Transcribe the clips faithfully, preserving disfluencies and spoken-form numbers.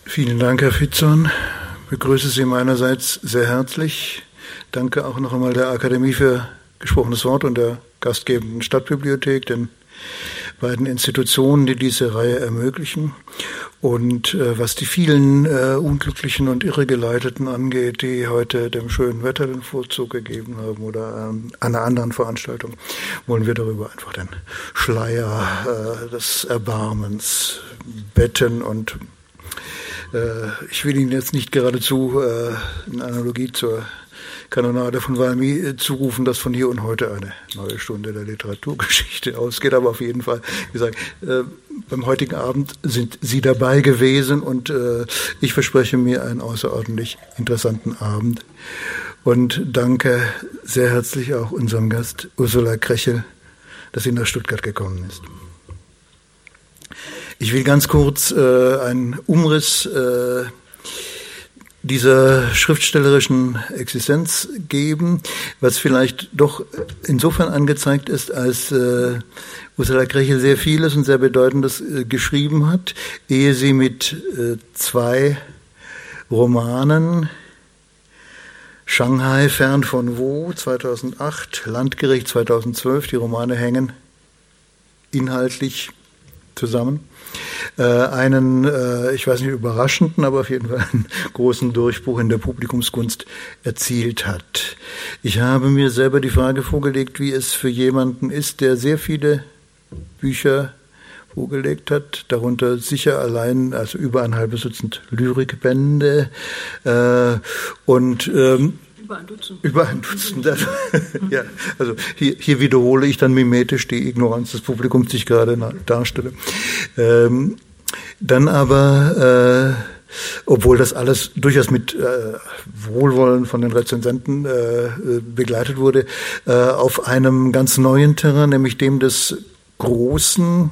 Vielen Dank, Herr Fitzon. Ich begrüße Sie meinerseits sehr herzlich. Danke auch noch einmal der Akademie für gesprochenes Wort und der gastgebenden Stadtbibliothek, den beiden Institutionen, die diese Reihe ermöglichen. Und äh, was die vielen äh, Unglücklichen und Irregeleiteten angeht, die heute dem schönen Wetter den Vorzug gegeben haben oder an einer anderen Veranstaltung, wollen wir darüber einfach den Schleier äh, des Erbarmens betten. Und äh, ich will Ihnen jetzt nicht geradezu äh, in Analogie zur Kanonade von Valmy zurufen, dass von hier und heute eine neue Stunde der Literaturgeschichte ausgeht. Aber auf jeden Fall, wie gesagt, äh, beim heutigen Abend sind Sie dabei gewesen und äh, ich verspreche mir einen außerordentlich interessanten Abend. Und danke sehr herzlich auch unserem Gast Ursula Krechel, dass sie nach Stuttgart gekommen ist. Ich will ganz kurz äh, einen Umriss äh, dieser schriftstellerischen Existenz geben, was vielleicht doch insofern angezeigt ist, als äh, Ursula Krechel sehr vieles und sehr Bedeutendes äh, geschrieben hat, ehe sie mit äh, zwei Romanen, Shanghai, fern von wo, zweitausendacht, Landgericht zweitausendzwölf, die Romane hängen inhaltlich zusammen, äh, einen, äh, ich weiß nicht, überraschenden, aber auf jeden Fall einen großen Durchbruch in der Publikumskunst erzielt hat. Ich habe mir selber die Frage vorgelegt, wie es für jemanden ist, der sehr viele Bücher vorgelegt hat, darunter sicher allein, also über ein halbes Dutzend Lyrikbände äh, und ähm, Über ein Dutzend. Über ein Dutzend. Ja, also hier, hier wiederhole ich dann mimetisch die Ignoranz des Publikums, die ich gerade darstelle. Ähm, dann aber, äh, obwohl das alles durchaus mit äh, Wohlwollen von den Rezensenten äh, begleitet wurde, äh, auf einem ganz neuen Terrain, nämlich dem des großen,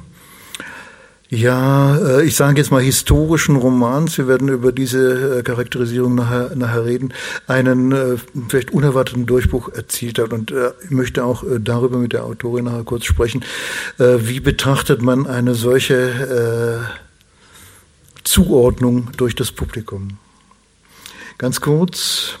ja, ich sage jetzt mal historischen Romans, wir werden über diese Charakterisierung nachher, nachher reden, einen vielleicht unerwarteten Durchbruch erzielt hat. Und ich möchte auch darüber mit der Autorin nachher kurz sprechen. Wie betrachtet man eine solche Zuordnung durch das Publikum? Ganz kurz.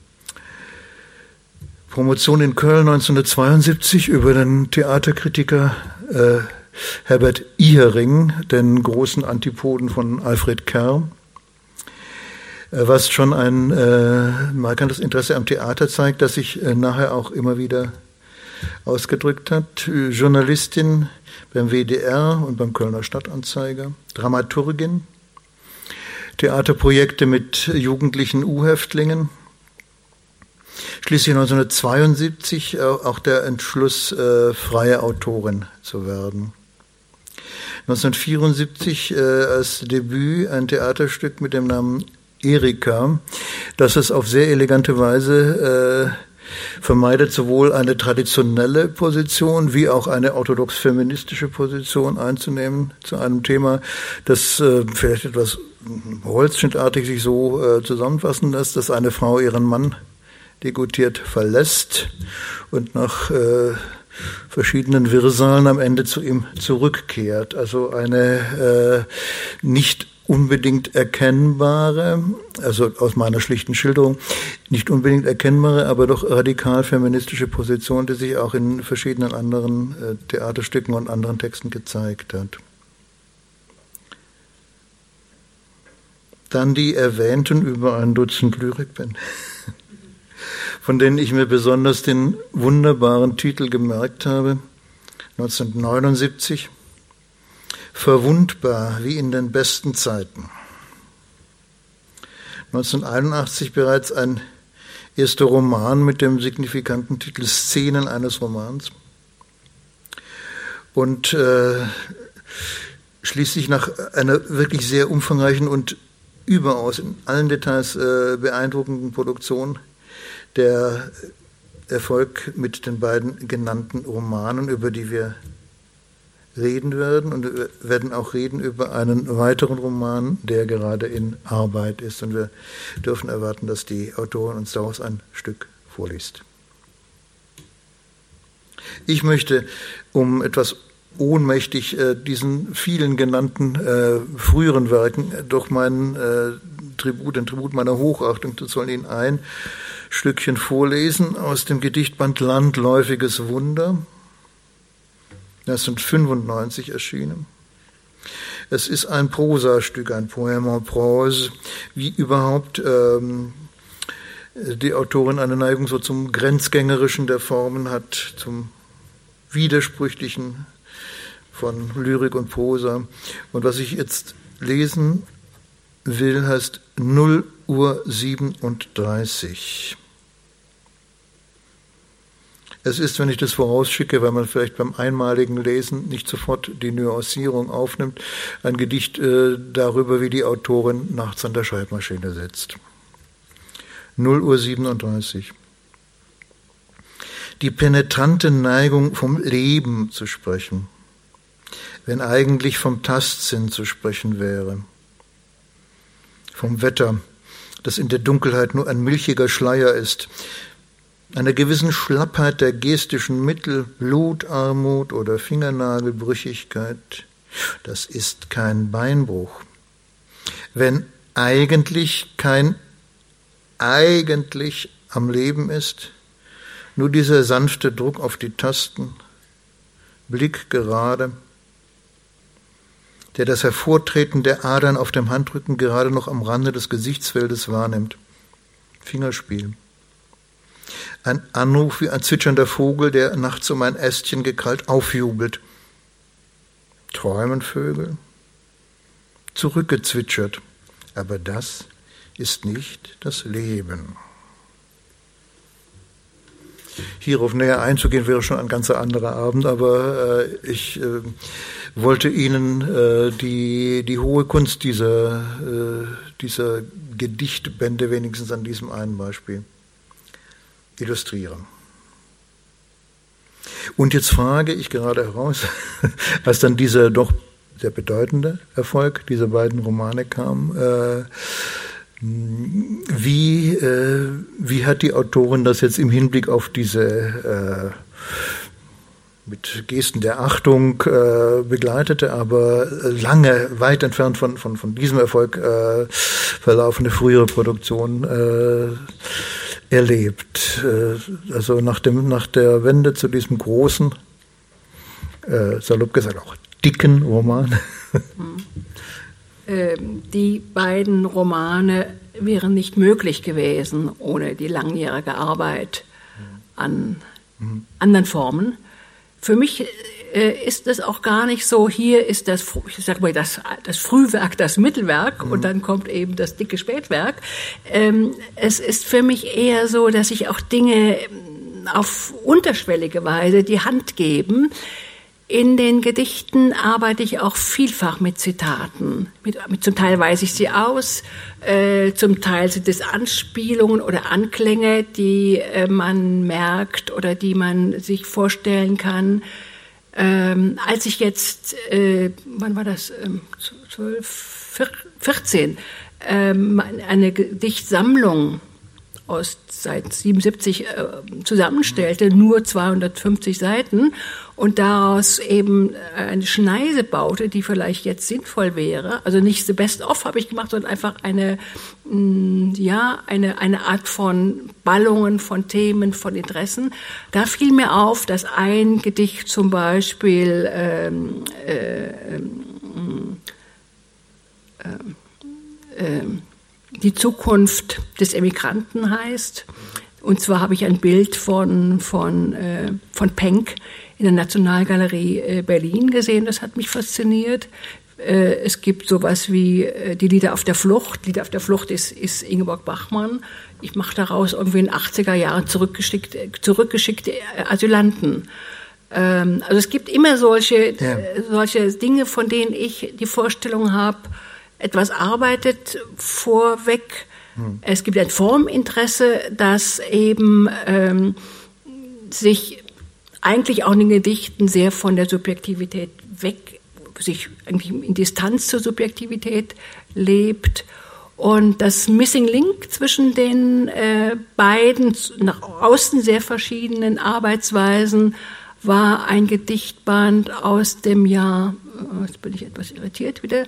Promotion in Köln neunzehnhundertzweiundsiebzig über den Theaterkritiker äh, Herbert Ihering, den großen Antipoden von Alfred Kerr, was schon ein äh, markantes Interesse am Theater zeigt, das sich äh, nachher auch immer wieder ausgedrückt hat. Journalistin beim W D R und beim Kölner Stadtanzeiger, Dramaturgin, Theaterprojekte mit jugendlichen U-Häftlingen, schließlich neunzehnhundertzweiundsiebzig auch der Entschluss, äh, freie Autorin zu werden. neunzehnhundertvierundsiebzig äh, als Debüt ein Theaterstück mit dem Namen Erika, das es auf sehr elegante Weise äh, vermeidet, sowohl eine traditionelle Position wie auch eine orthodox-feministische Position einzunehmen zu einem Thema, das äh, vielleicht etwas holzschnittartig sich so äh, zusammenfassen lässt, dass eine Frau ihren Mann degoutiert verlässt und nach äh, verschiedenen Wirrsalen am Ende zu ihm zurückkehrt. Also eine äh, nicht unbedingt erkennbare, also aus meiner schlichten Schilderung, nicht unbedingt erkennbare, aber doch radikal feministische Position, die sich auch in verschiedenen anderen äh, Theaterstücken und anderen Texten gezeigt hat. Dann die erwähnten über ein Dutzend Lyrikbände, von denen ich mir besonders den wunderbaren Titel gemerkt habe, neunzehnhundertneunundsiebzig, Verwundbar wie in den besten Zeiten. neunzehnhunderteinundachtzig bereits ein erster Roman mit dem signifikanten Titel Szenen eines Romans. Und äh, schließlich nach einer wirklich sehr umfangreichen und überaus in allen Details äh, beeindruckenden Produktion der Erfolg mit den beiden genannten Romanen, über die wir reden werden. Und wir werden auch reden über einen weiteren Roman, der gerade in Arbeit ist. Und wir dürfen erwarten, dass die Autorin uns daraus ein Stück vorliest. Ich möchte, um etwas ohnmächtig, äh, diesen vielen genannten äh, früheren Werken durch meinen äh, Tribut, den Tribut meiner Hochachtung zu zollen, Ihnen ein Stückchen vorlesen aus dem Gedichtband Landläufiges Wunder, neunzehnhundertfünfundneunzig erschienen. Es ist ein Prosastück, ein Poème en prose, wie überhaupt ähm, die Autorin eine Neigung so zum Grenzgängerischen der Formen hat, zum Widersprüchlichen von Lyrik und Prosa. Und was ich jetzt lesen will, heißt null Uhr siebenunddreißig. Es ist, wenn ich das vorausschicke, weil man vielleicht beim einmaligen Lesen nicht sofort die Nuancierung aufnimmt, ein Gedicht äh, darüber, wie die Autorin nachts an der Schreibmaschine sitzt. null Uhr siebenunddreißig. Die penetrante Neigung, vom Leben zu sprechen, wenn eigentlich vom Tastsinn zu sprechen wäre. Vom Wetter, das in der Dunkelheit nur ein milchiger Schleier ist, einer gewissen Schlappheit der gestischen Mittel, Blutarmut oder Fingernagelbrüchigkeit, das ist kein Beinbruch. Wenn eigentlich kein eigentlich am Leben ist, nur dieser sanfte Druck auf die Tasten, Blick gerade, der das Hervortreten der Adern auf dem Handrücken gerade noch am Rande des Gesichtsfeldes wahrnimmt. Fingerspiel. Ein Anruf wie ein zwitschernder Vogel, der nachts um ein Ästchen gekrallt aufjubelt. Träumen Vögel? Zurückgezwitschert. Aber das ist nicht das Leben. Hierauf näher einzugehen, wäre schon ein ganz anderer Abend, aber äh, ich äh, wollte Ihnen äh, die, die hohe Kunst dieser, äh, dieser Gedichtbände wenigstens an diesem einen Beispiel illustrieren. Und jetzt frage ich gerade heraus, als dann dieser doch sehr bedeutende Erfolg dieser beiden Romane kam, äh, Wie, äh, wie hat die Autorin das jetzt im Hinblick auf diese äh, mit Gesten der Achtung äh, begleitete, aber lange, weit entfernt von, von, von diesem Erfolg äh, verlaufende frühere Produktion äh, erlebt? Äh, also nach, dem, nach der Wende zu diesem großen, äh, salopp gesagt auch dicken Roman. Die beiden Romane wären nicht möglich gewesen ohne die langjährige Arbeit an mhm. anderen Formen. Für mich äh, ist es auch gar nicht so, hier ist das, ich sag mal, das, das Frühwerk, das Mittelwerk mhm. und dann kommt eben das dicke Spätwerk. Ähm, es ist für mich eher so, dass ich auch Dinge auf unterschwellige Weise die Hand geben. In den Gedichten arbeite ich auch vielfach mit Zitaten. Mit, mit, zum Teil weise ich sie aus, äh, zum Teil sind es Anspielungen oder Anklänge, die äh, man merkt oder die man sich vorstellen kann. Ähm, als ich jetzt, äh, wann war das, ähm, zwölf, vierzehn, ähm, eine Gedichtsammlung aus seit siebenundsiebzig äh, zusammenstellte, nur zweihundertfünfzig Seiten und daraus eben eine Schneise baute, die vielleicht jetzt sinnvoll wäre. Also nicht the best of habe ich gemacht, sondern einfach eine, mh, ja, eine, eine Art von Ballungen von Themen, von Interessen. Da fiel mir auf, dass ein Gedicht zum Beispiel ähm, äh, ähm, äh, äh, die Zukunft des Emigranten heißt. Und zwar habe ich ein Bild von, von, äh, von Penck in der Nationalgalerie äh, Berlin gesehen. Das hat mich fasziniert. Äh, es gibt sowas wie äh, die Lieder auf der Flucht. Lieder auf der Flucht ist, ist Ingeborg Bachmann. Ich mache daraus irgendwie in den achtziger Jahren zurückgeschickte, zurückgeschickte Asylanten. Ähm, also es gibt immer solche, ja. äh, solche Dinge, von denen ich die Vorstellung habe, etwas arbeitet vorweg. Hm. Es gibt ein Forminteresse, das eben ähm, sich eigentlich auch in den Gedichten sehr von der Subjektivität weg, sich eigentlich in Distanz zur Subjektivität lebt. Und das Missing Link zwischen den äh, beiden nach außen sehr verschiedenen Arbeitsweisen war ein Gedichtband aus dem Jahr, jetzt bin ich etwas irritiert wieder,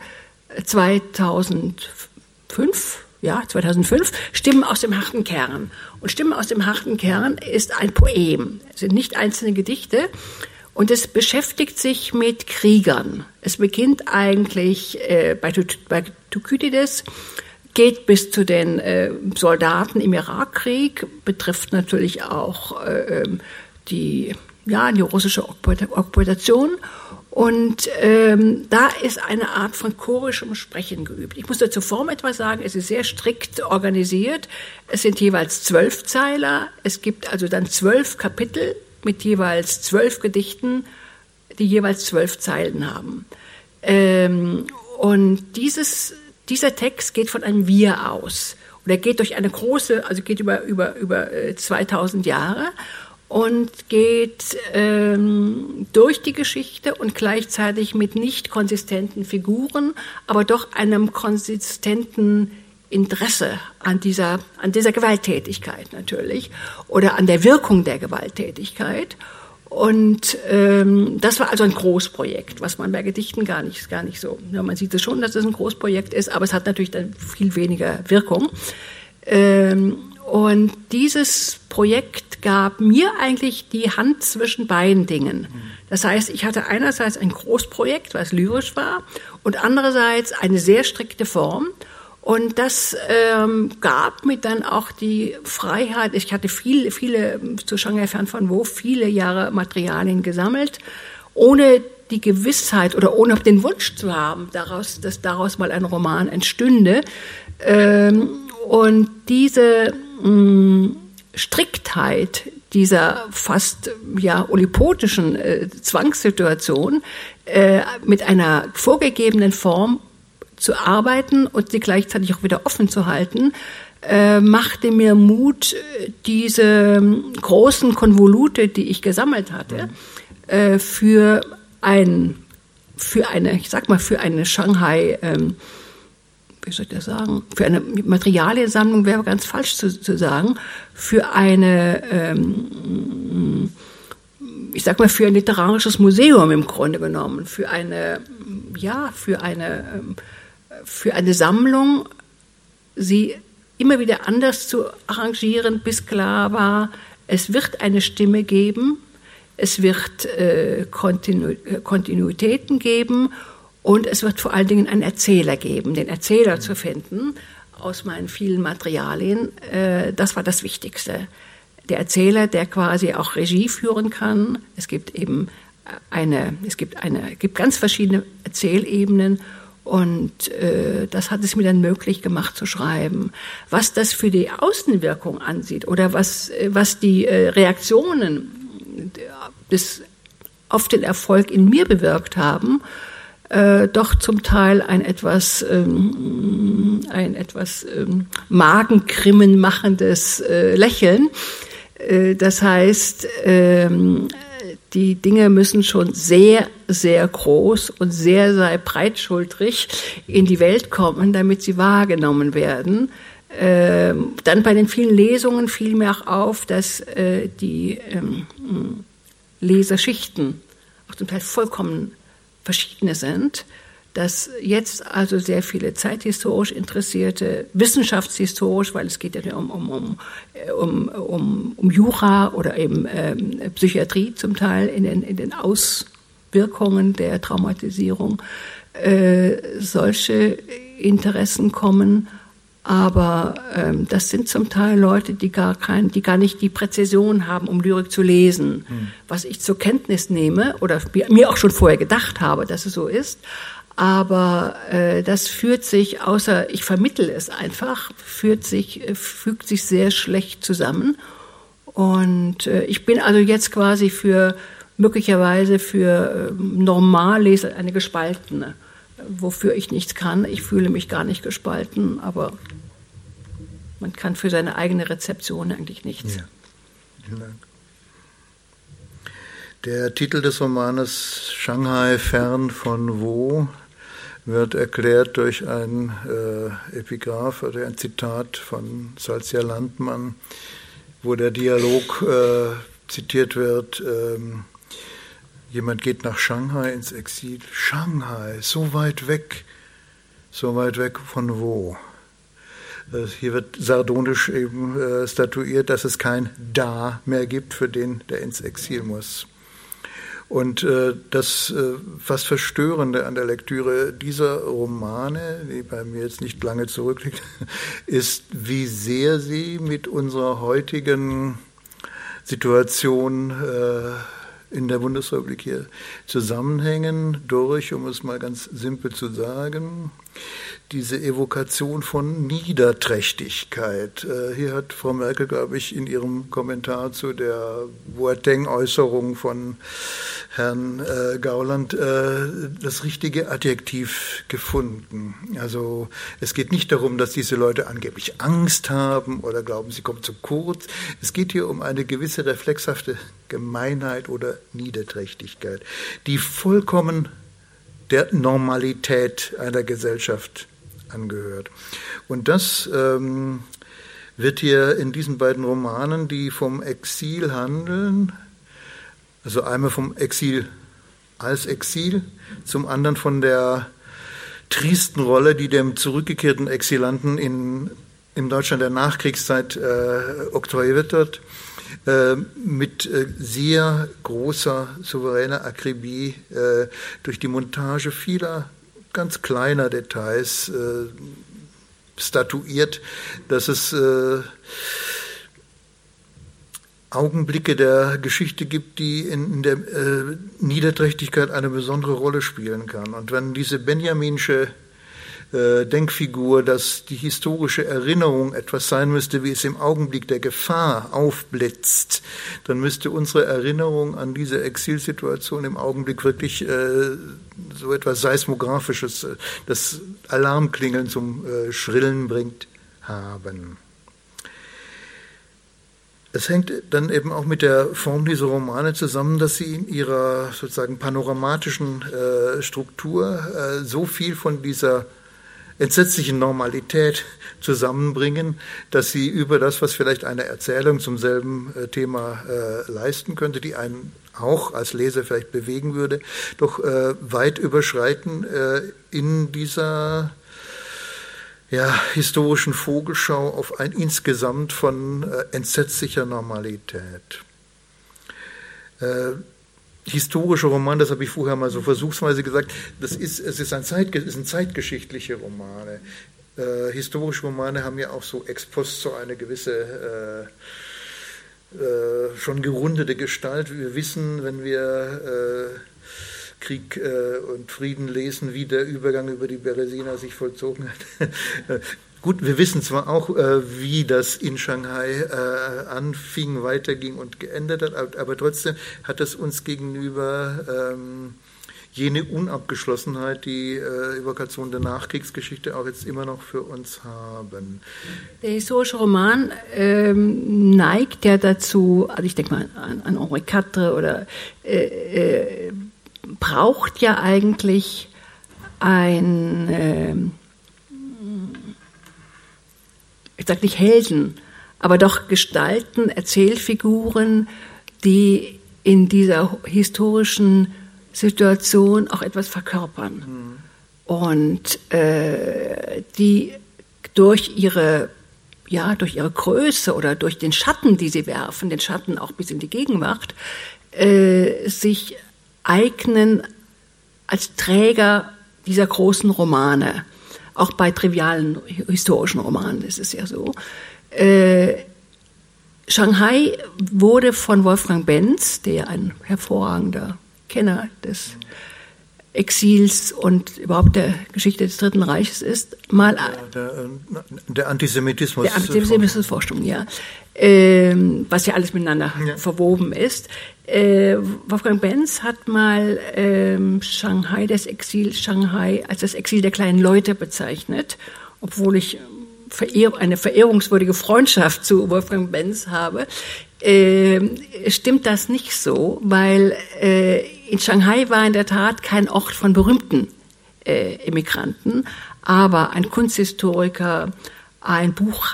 zweitausendfünf, ja, zweitausendfünf, Stimmen aus dem harten Kern. Und Stimmen aus dem harten Kern ist ein Poem. Es sind nicht einzelne Gedichte. Und es beschäftigt sich mit Kriegern. Es beginnt eigentlich äh, bei, bei Thukydides, geht bis zu den äh, Soldaten im Irakkrieg, betrifft natürlich auch äh, die, ja, die russische Okkupation. Und ähm, da ist eine Art von chorischem Sprechen geübt. Ich muss zur Form etwas sagen, es ist sehr strikt organisiert. Es sind jeweils zwölf Zeiler, es gibt also dann zwölf Kapitel mit jeweils zwölf Gedichten, die jeweils zwölf Zeilen haben. Ähm, und dieses, dieser Text geht von einem Wir aus. Und er geht durch eine große, also geht über, über, über zweitausend Jahre und geht ähm, durch die Geschichte und gleichzeitig mit nicht konsistenten Figuren, aber doch einem konsistenten Interesse an dieser, an dieser Gewalttätigkeit natürlich oder an der Wirkung der Gewalttätigkeit. Und ähm, das war also ein Großprojekt, was man bei Gedichten gar nicht, gar nicht so, ja, man sieht es schon, dass es ein Großprojekt ist, aber es hat natürlich dann viel weniger Wirkung. Ähm, und dieses Projekt gab mir eigentlich die Hand zwischen beiden Dingen. Das heißt, ich hatte einerseits ein Großprojekt, was lyrisch war, und andererseits eine sehr strikte Form. Und das ähm, gab mir dann auch die Freiheit. Ich hatte viele, viele, zu Shanghai fern von wo, viele Jahre Materialien gesammelt, ohne die Gewissheit oder ohne den Wunsch zu haben, daraus, dass daraus mal ein Roman entstünde. Ähm, und diese mh, Striktheit dieser fast ja olypotischen äh, Zwangssituation äh, mit einer vorgegebenen Form zu arbeiten und sie gleichzeitig auch wieder offen zu halten, äh, machte mir Mut, diese großen Konvolute, die ich gesammelt hatte, äh, für ein, für eine, ich sag mal, für eine Shanghai, ähm, wie soll ich das sagen, für eine Materialiensammlung wäre ganz falsch zu, zu sagen, für eine, ähm, ich sag mal, für ein literarisches Museum im Grunde genommen, für eine, ja, für eine, ähm, für eine Sammlung, sie immer wieder anders zu arrangieren, bis klar war, es wird eine Stimme geben, es wird äh, Kontinu- Kontinuitäten geben und es wird vor allen Dingen einen Erzähler geben, den Erzähler zu finden aus meinen vielen Materialien, äh, das war das Wichtigste. Der Erzähler, der quasi auch Regie führen kann. Es gibt eben eine, es gibt eine, es gibt ganz verschiedene Erzählebenen. Und äh, das hat es mir dann möglich gemacht zu schreiben. Was das für die Außenwirkung ansieht oder was, was die äh, Reaktionen des, auf den Erfolg in mir bewirkt haben, äh, doch zum Teil ein etwas, ähm, ein etwas ähm, Magenkrimmen machendes äh, Lächeln. Äh, das heißt, ähm, die Dinge müssen schon sehr, sehr groß und sehr, sehr breitschultrig in die Welt kommen, damit sie wahrgenommen werden. Ähm, dann bei den vielen Lesungen fiel mir auch auf, dass äh, die ähm, Leserschichten auch zum Teil vollkommen verschiedene sind, dass jetzt also sehr viele zeithistorisch Interessierte, wissenschaftshistorisch, weil es geht ja um, um, um, um, um, um Jura oder eben ähm, Psychiatrie zum Teil in den, in den Auswirkungen der Traumatisierung, äh, solche Interessen kommen. Aber ähm, das sind zum Teil Leute, die gar kein, die gar nicht die Präzision haben, um Lyrik zu lesen, hm. was ich zur Kenntnis nehme oder mir auch schon vorher gedacht habe, dass es so ist. Aber äh, das führt sich, außer ich vermittle es einfach, führt sich, fügt sich sehr schlecht zusammen. Und äh, ich bin also jetzt quasi für, möglicherweise für äh, Normalleser eine gespaltene, wofür ich nichts kann. Ich fühle mich gar nicht gespalten, aber man kann für seine eigene Rezeption eigentlich nichts. Ja. Vielen Dank. Der Titel des Romanes Shanghai fern von wo wird erklärt durch ein äh, Epigraph oder ein Zitat von Salzia Landmann, wo der Dialog äh, zitiert wird. Ähm, jemand geht nach Shanghai ins Exil. Shanghai, so weit weg. So weit weg von wo? Hier wird sardonisch eben äh, statuiert, dass es kein Da mehr gibt für den, der ins Exil muss. Und äh, das äh, fast Verstörende an der Lektüre dieser Romane, die bei mir jetzt nicht lange zurückliegt, ist, wie sehr sie mit unserer heutigen Situation äh, in der Bundesrepublik hier zusammenhängen durch, um es mal ganz simpel zu sagen, diese Evokation von Niederträchtigkeit. Hier hat Frau Merkel, glaube ich, in ihrem Kommentar zu der Boateng-Äußerung von Herrn Gauland das richtige Adjektiv gefunden. Also es geht nicht darum, dass diese Leute angeblich Angst haben oder glauben, sie kommen zu kurz. Es geht hier um eine gewisse reflexhafte Gemeinheit oder Niederträchtigkeit, die vollkommen der Normalität einer Gesellschaft angehört. Und das ähm, wird hier in diesen beiden Romanen, die vom Exil handeln, also einmal vom Exil als Exil, zum anderen von der tristen Rolle, die dem zurückgekehrten Exilanten in, in Deutschland der Nachkriegszeit äh, oktroyiert wird, äh, mit äh, sehr großer souveräner Akribie äh, durch die Montage vieler ganz kleiner Details äh, statuiert, dass es äh, Augenblicke der Geschichte gibt, die in, in der äh, Niederträchtigkeit eine besondere Rolle spielen kann. Und wenn diese benjaminsche äh, Denkfigur, dass die historische Erinnerung etwas sein müsste, wie es im Augenblick der Gefahr aufblitzt, dann müsste unsere Erinnerung an diese Exilsituation im Augenblick wirklich äh, so etwas Seismografisches, äh, das Alarmklingeln zum äh, Schrillen bringt, haben. Es hängt dann eben auch mit der Form dieser Romane zusammen, dass sie in ihrer sozusagen panoramatischen äh, Struktur äh, so viel von dieser entsetzlichen Normalität zusammenbringen, dass sie über das, was vielleicht eine Erzählung zum selben äh, Thema äh, leisten könnte, die einen auch als Leser vielleicht bewegen würde, doch äh, weit überschreiten äh, in dieser ja, historischen Vogelschau auf ein Insgesamt von äh, entsetzlicher Normalität. Äh, historischer Roman, das habe ich vorher mal so versuchsweise gesagt, das ist, es ist ein Zeit, es sind zeitgeschichtliche Romane. Äh, historische Romane haben ja auch so ex post so eine gewisse äh, äh, schon gerundete Gestalt. Wir wissen, wenn wir äh, Krieg äh, und Frieden lesen, wie der Übergang über die Beresina sich vollzogen hat. Gut, wir wissen zwar auch, äh, wie das in Shanghai äh, anfing, weiterging und geendet hat, aber, aber trotzdem hat es uns gegenüber ähm, jene Unabgeschlossenheit, die äh, Evokation der Nachkriegsgeschichte auch jetzt immer noch für uns haben. Der historische Roman ähm, neigt ja dazu, also ich denke mal an, an Henri Quatre oder äh, äh, braucht ja eigentlich ein, äh, ich sage nicht Helden, aber doch Gestalten, Erzählfiguren, die in dieser historischen Situation auch etwas verkörpern. Mhm. Und äh, die durch ihre, ja, durch ihre Größe oder durch den Schatten, die sie werfen, den Schatten auch bis in die Gegenwart, äh, sich eignen als Träger dieser großen Romane. Auch bei trivialen historischen Romanen ist es ja so. Äh, Shanghai wurde von Wolfgang Benz, der ein hervorragender Kenner des Exils und überhaupt der Geschichte des Dritten Reiches ist, mal der, der, der Antisemitismus. Der Antisemitismusforschung, ja. Ähm, was ja alles miteinander ja. verwoben ist. Äh, Wolfgang Benz hat mal ähm, Shanghai, das Exil Shanghai, als das Exil der kleinen Leute bezeichnet, obwohl ich verehr, eine verehrungswürdige Freundschaft zu Wolfgang Benz habe. Äh, stimmt das nicht so, weil äh, in Shanghai war in der Tat kein Ort von berühmten äh, Immigranten, aber ein Kunsthistoriker, ein Buch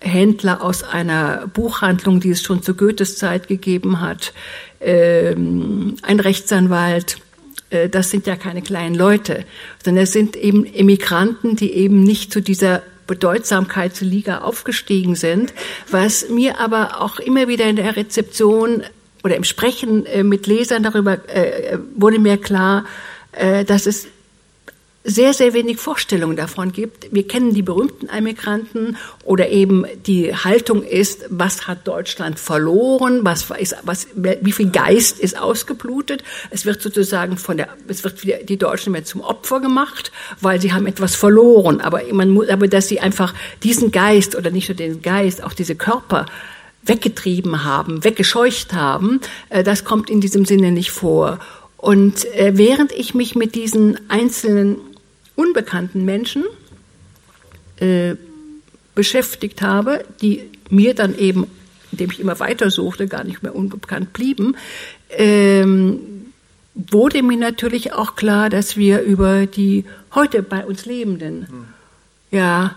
Händler aus einer Buchhandlung, die es schon zu Goethes Zeit gegeben hat, ähm, ein Rechtsanwalt. Äh, das sind ja keine kleinen Leute, sondern es sind eben Emigranten, die eben nicht zu dieser Bedeutsamkeitsliga aufgestiegen sind, was mir aber auch immer wieder in der Rezeption oder im Sprechen äh, mit Lesern darüber äh, wurde mir klar, äh, dass es sehr, sehr wenig Vorstellungen davon gibt. Wir kennen die berühmten Emigranten oder eben die Haltung ist, was hat Deutschland verloren, was ist, was, wie viel Geist ist ausgeblutet. Es wird sozusagen von der, es wird wieder die Deutschen mehr zum Opfer gemacht, weil sie haben etwas verloren. Aber man muss, aber dass sie einfach diesen Geist oder nicht nur den Geist, auch diese Körper weggetrieben haben, weggescheucht haben, das kommt in diesem Sinne nicht vor. Und während ich mich mit diesen einzelnen unbekannten Menschen äh, beschäftigt habe, die mir dann eben, indem ich immer weiter suchte, gar nicht mehr unbekannt blieben, ähm, wurde mir natürlich auch klar, dass wir über die heute bei uns Lebenden hm. ja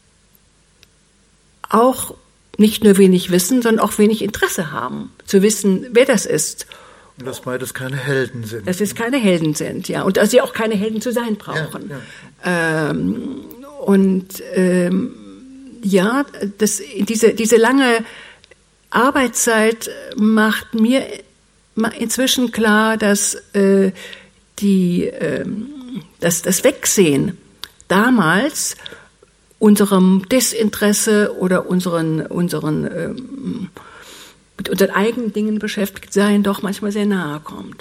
auch nicht nur wenig wissen, sondern auch wenig Interesse haben, zu wissen, wer das ist. Und dass beides keine Helden sind. Dass es keine Helden sind, ja. Und dass sie auch keine Helden zu sein brauchen. Ja, ja. Ähm, und ähm, ja, das, diese, diese lange Arbeitszeit macht mir inzwischen klar, dass äh, die, äh, dass das Wegsehen damals unserem Desinteresse oder unseren, unseren ähm, mit unseren eigenen Dingen beschäftigt sein, doch manchmal sehr nahe kommt.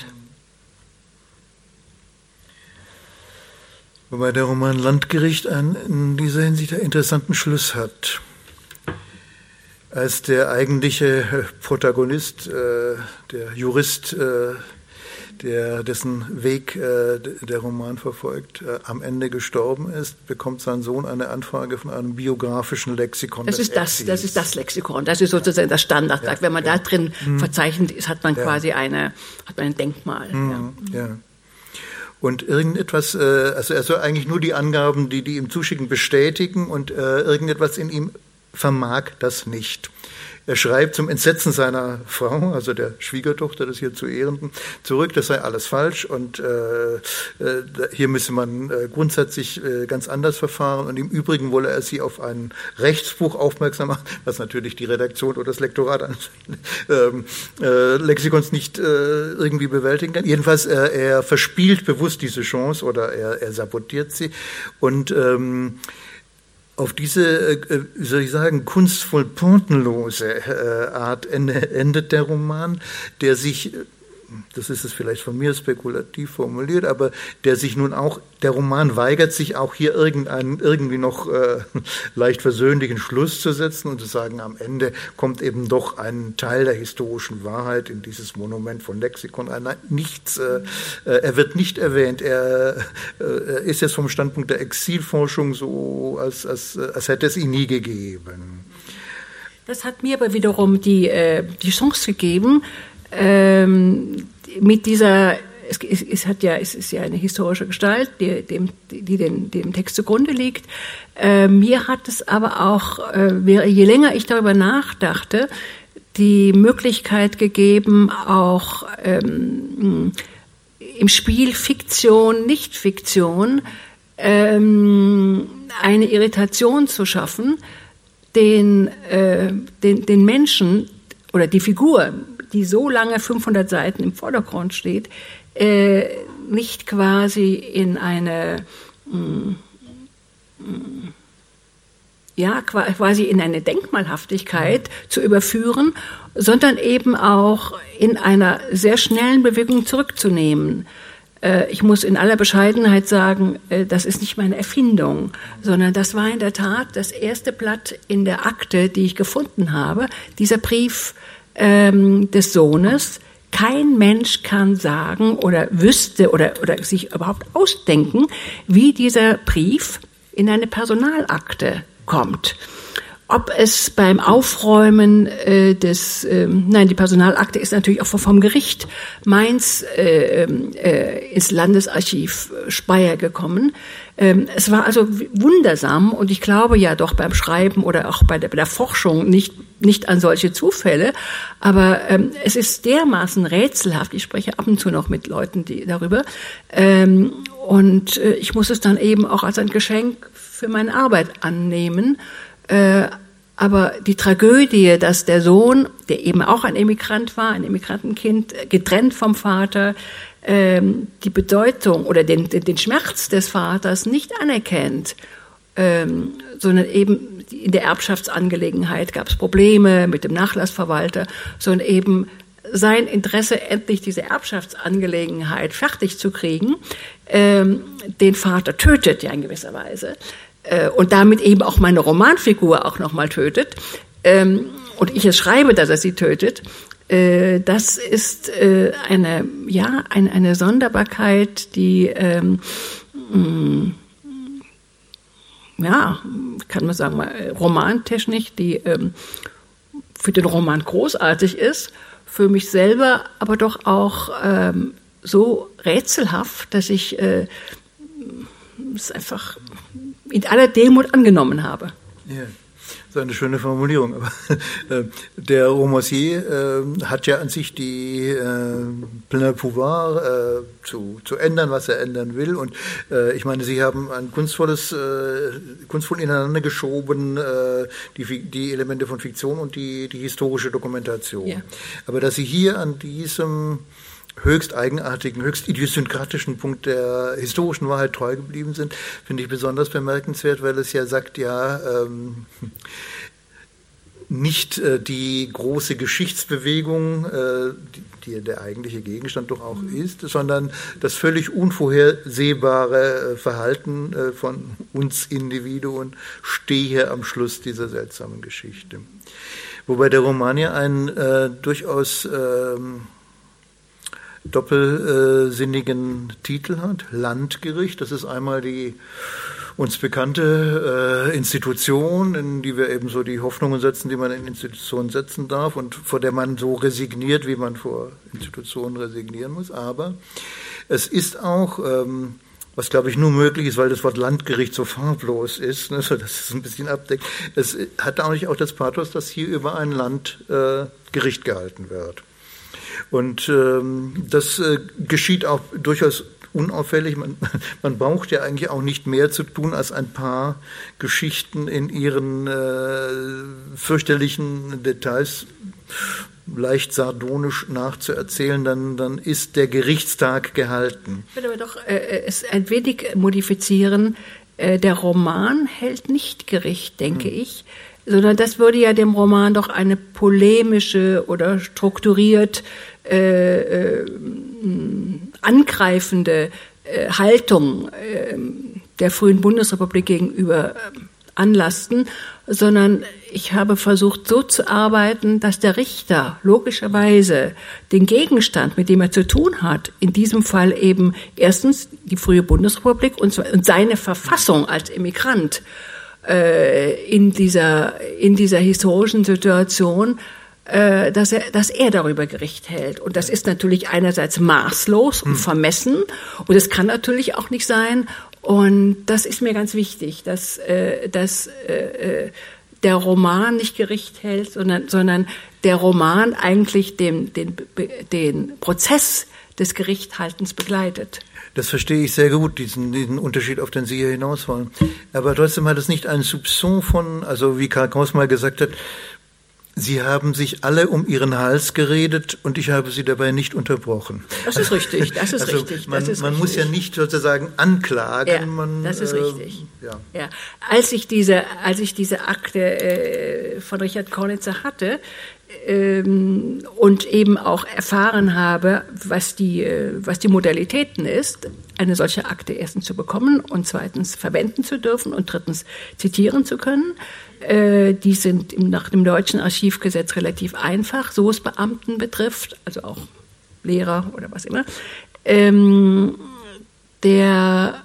Wobei der Roman Landgericht einen in dieser Hinsicht einen interessanten Schluss hat. Als der eigentliche Protagonist, äh, der Jurist, äh, der, dessen Weg äh, der Roman verfolgt, äh, am Ende gestorben ist, bekommt sein Sohn eine Anfrage von einem biografischen Lexikon. Das ist das, das ist das Lexikon. Das ist sozusagen das Standardwerk. Ja, wenn man ja. da drin hm. verzeichnet ist, hat man ja. quasi eine, hat man ein Denkmal. Hm. Ja. ja. Und irgendetwas, äh, also er soll eigentlich nur die Angaben, die die ihm zuschicken, bestätigen und äh, irgendetwas in ihm vermag das nicht. Er schreibt zum Entsetzen seiner Frau, also der Schwiegertochter des hier zu Ehrenden, zurück, das sei alles falsch und äh, äh, hier müsse man äh, grundsätzlich äh, ganz anders verfahren und im Übrigen wolle er sie auf ein Rechtsbuch aufmerksam machen, was natürlich die Redaktion oder das Lektorat an ähm, äh, Lexikons nicht äh, irgendwie bewältigen kann. Jedenfalls, äh, er verspielt bewusst diese Chance oder er, er sabotiert sie und ähm, auf diese, wie soll ich sagen, kunstvoll pointenlose Art endet der Roman, der sich, das ist es vielleicht von mir spekulativ formuliert, aber der sich nun auch, der Roman weigert sich auch hier irgendeinen, irgendwie noch äh, leicht versöhnlichen Schluss zu setzen und zu sagen, am Ende kommt eben doch ein Teil der historischen Wahrheit in dieses Monument von Lexikon ein. Nein, nichts, äh, er wird nicht erwähnt, er, äh, er ist jetzt vom Standpunkt der Exilforschung so, als, als, als hätte es ihn nie gegeben. Das hat mir aber wiederum die, äh, die Chance gegeben, ähm, mit dieser, es, es, es hat ja, es ist ja eine historische Gestalt, die dem, die den, dem Text zugrunde liegt. Äh, mir hat es aber auch, äh, je länger ich darüber nachdachte, die Möglichkeit gegeben, auch ähm, im Spiel Fiktion, Nicht-Fiktion, ähm, eine Irritation zu schaffen, den, äh, den, den Menschen oder die Figur, die so lange fünfhundert Seiten im Vordergrund steht, äh, nicht quasi in eine, mh, mh, ja, quasi in eine Denkmalhaftigkeit zu überführen, sondern eben auch in einer sehr schnellen Bewegung zurückzunehmen. Äh, ich muss in aller Bescheidenheit sagen, äh, das ist nicht meine Erfindung, sondern das war in der Tat das erste Blatt in der Akte, die ich gefunden habe, dieser Brief des Sohnes. Kein Mensch kann sagen oder wüsste oder, oder sich überhaupt ausdenken, wie dieser Brief in eine Personalakte kommt. ob es beim Aufräumen äh, des, äh, nein, die Personalakte ist natürlich auch vom Gericht Mainz äh, äh, ins Landesarchiv Speyer gekommen. Ähm, es war also wundersam und ich glaube ja doch beim Schreiben oder auch bei der, bei der Forschung nicht, nicht an solche Zufälle, aber ähm, es ist dermaßen rätselhaft. Ich spreche ab und zu noch mit Leuten die, darüber ähm, und äh, ich muss es dann eben auch als ein Geschenk für meine Arbeit annehmen. Äh, aber die Tragödie, dass der Sohn, der eben auch ein Emigrant war, ein Emigrantenkind, getrennt vom Vater, ähm, die Bedeutung oder den, den Schmerz des Vaters nicht anerkennt, ähm, sondern eben in der Erbschaftsangelegenheit gab es Probleme mit dem Nachlassverwalter, sondern eben sein Interesse, endlich diese Erbschaftsangelegenheit fertig zu kriegen, ähm, den Vater tötet ja in gewisser Weise. Und damit eben auch meine Romanfigur auch nochmal tötet, ähm, und ich es schreibe, dass er sie tötet, äh, das ist äh, eine, ja, eine, eine Sonderbarkeit, die, ähm, mh, ja, kann man sagen, mal, romantechnisch, die ähm, für den Roman großartig ist, für mich selber aber doch auch ähm, so rätselhaft, dass ich äh, es einfach in aller Demut angenommen habe. Ja, das ist eine schöne Formulierung. Aber äh, der Romancier äh, hat ja an sich die äh, plein pouvoir äh, zu, zu ändern, was er ändern will. Und äh, ich meine, Sie haben ein kunstvolles, äh, kunstvoll ineinander geschoben, äh, die, die Elemente von Fiktion und die, die historische Dokumentation. Ja. Aber dass Sie hier an diesem höchst eigenartigen, höchst idiosynkratischen Punkt der historischen Wahrheit treu geblieben sind, finde ich besonders bemerkenswert, weil es ja sagt, ja, ähm, nicht äh, die große Geschichtsbewegung, äh, die, die der eigentliche Gegenstand doch auch mhm. ist, sondern das völlig unvorhersehbare äh, Verhalten äh, von uns Individuen stehe am Schluss dieser seltsamen Geschichte. Wobei der Roman ja einen äh, durchaus ähm, doppelsinnigen Titel hat, Landgericht. Das ist einmal die uns bekannte äh, Institution, in die wir eben so die Hoffnungen setzen, die man in Institutionen setzen darf und vor der man so resigniert, wie man vor Institutionen resignieren muss. Aber es ist auch, ähm, was glaube ich nur möglich ist, weil das Wort Landgericht so farblos ist, ne, so dass es ein bisschen abdeckt, es hat eigentlich auch das Pathos, dass hier über ein Landgericht äh, gehalten wird. Und ähm, das äh, geschieht auch durchaus unauffällig. Man, man braucht ja eigentlich auch nicht mehr zu tun, als ein paar Geschichten in ihren äh, fürchterlichen Details leicht sardonisch nachzuerzählen, dann, dann ist der Gerichtstag gehalten. Ich würde aber doch äh, es ein wenig modifizieren. Äh, der Roman hält nicht Gericht, denke hm. ich, sondern das würde ja dem Roman doch eine polemische oder strukturiert äh, äh, angreifende äh, Haltung äh, der frühen Bundesrepublik gegenüber äh, anlasten, sondern ich habe versucht, so zu arbeiten, dass der Richter logischerweise den Gegenstand, mit dem er zu tun hat, in diesem Fall eben erstens die frühe Bundesrepublik und seine Verfassung als Emigrant, in dieser, in dieser historischen Situation, dass er, dass er darüber Gericht hält. Und das ist natürlich einerseits maßlos und vermessen und es kann natürlich auch nicht sein. Und das ist mir ganz wichtig, dass, dass der Roman nicht Gericht hält, sondern, sondern der Roman eigentlich den, den, den Prozess des Gerichthaltens begleitet. Das verstehe ich sehr gut, diesen, diesen Unterschied, auf den Sie hier hinaus wollen. Aber trotzdem hat es nicht einen Soupçon von, also wie Karl Kraus mal gesagt hat, Sie haben sich alle um Ihren Hals geredet und ich habe Sie dabei nicht unterbrochen. Das ist richtig, das ist also richtig. Man, das ist man richtig. Muss ja nicht sozusagen anklagen. Ja, man, das ist äh, richtig. Ja. Ja. Als ich diese, als ich diese Akte äh, von Richard Kornitzer hatte, und eben auch erfahren habe, was die, was die Modalitäten ist, eine solche Akte erstens zu bekommen und zweitens verwenden zu dürfen und drittens zitieren zu können. Die sind nach dem deutschen Archivgesetz relativ einfach, so es Beamten betrifft, also auch Lehrer oder was immer. Der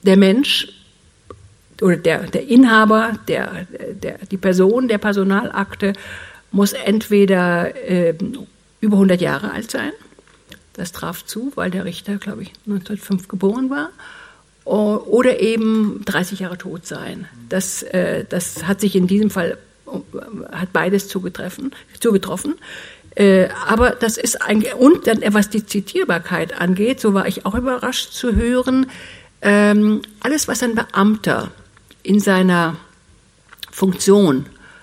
der Mensch oder der, der Inhaber, der, der, die Person der Personalakte muss entweder äh, über hundert Jahre alt sein, das traf zu, weil der Richter, glaube ich, neunzehnhundertfünf geboren war, oder eben dreißig Jahre tot sein. Das, äh, das hat sich in diesem Fall, hat beides zugetroffen. zugetroffen. Äh, aber das ist eigentlich, und dann, was die Zitierbarkeit angeht, so war ich auch überrascht zu hören, ähm, alles, was ein Beamter in seiner Funktion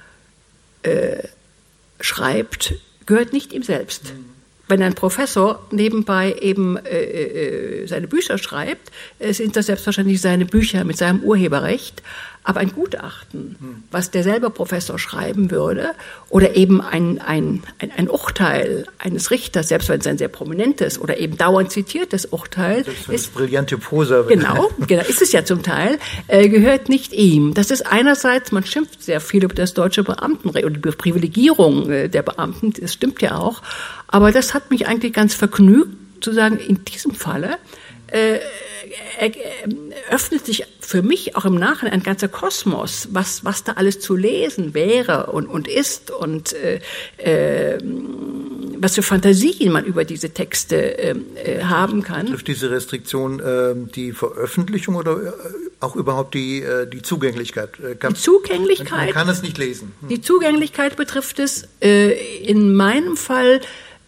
äh, schreibt, gehört nicht ihm selbst. Mhm. Wenn ein Professor nebenbei eben äh, äh, seine Bücher schreibt, äh, sind das selbstverständlich seine Bücher mit seinem Urheberrecht. Aber ein Gutachten, hm. was der selber Professor schreiben würde, oder eben ein, ein, ein, ein Urteil eines Richters, selbst wenn es ein sehr prominentes oder eben dauernd zitiertes Urteil das ist, brillante Prosa. Genau, genau, ist es ja zum Teil, äh, gehört nicht ihm. Das ist einerseits, man schimpft sehr viel über das deutsche Beamtenrecht oder die Privilegierung äh, der Beamten, das stimmt ja auch, aber das hat mich eigentlich ganz vergnügt, zu sagen, in diesem Falle äh, öffnet sich für mich auch im Nachhinein ein ganzer Kosmos, was, was da alles zu lesen wäre und, und ist und äh, äh, was für Fantasien man über diese Texte äh, haben kann. Trifft diese Restriktion äh, die Veröffentlichung oder auch überhaupt die, äh, die Zugänglichkeit? Kann, die Zugänglichkeit? Man kann es nicht lesen. Hm. Die Zugänglichkeit betrifft es äh, in meinem Fall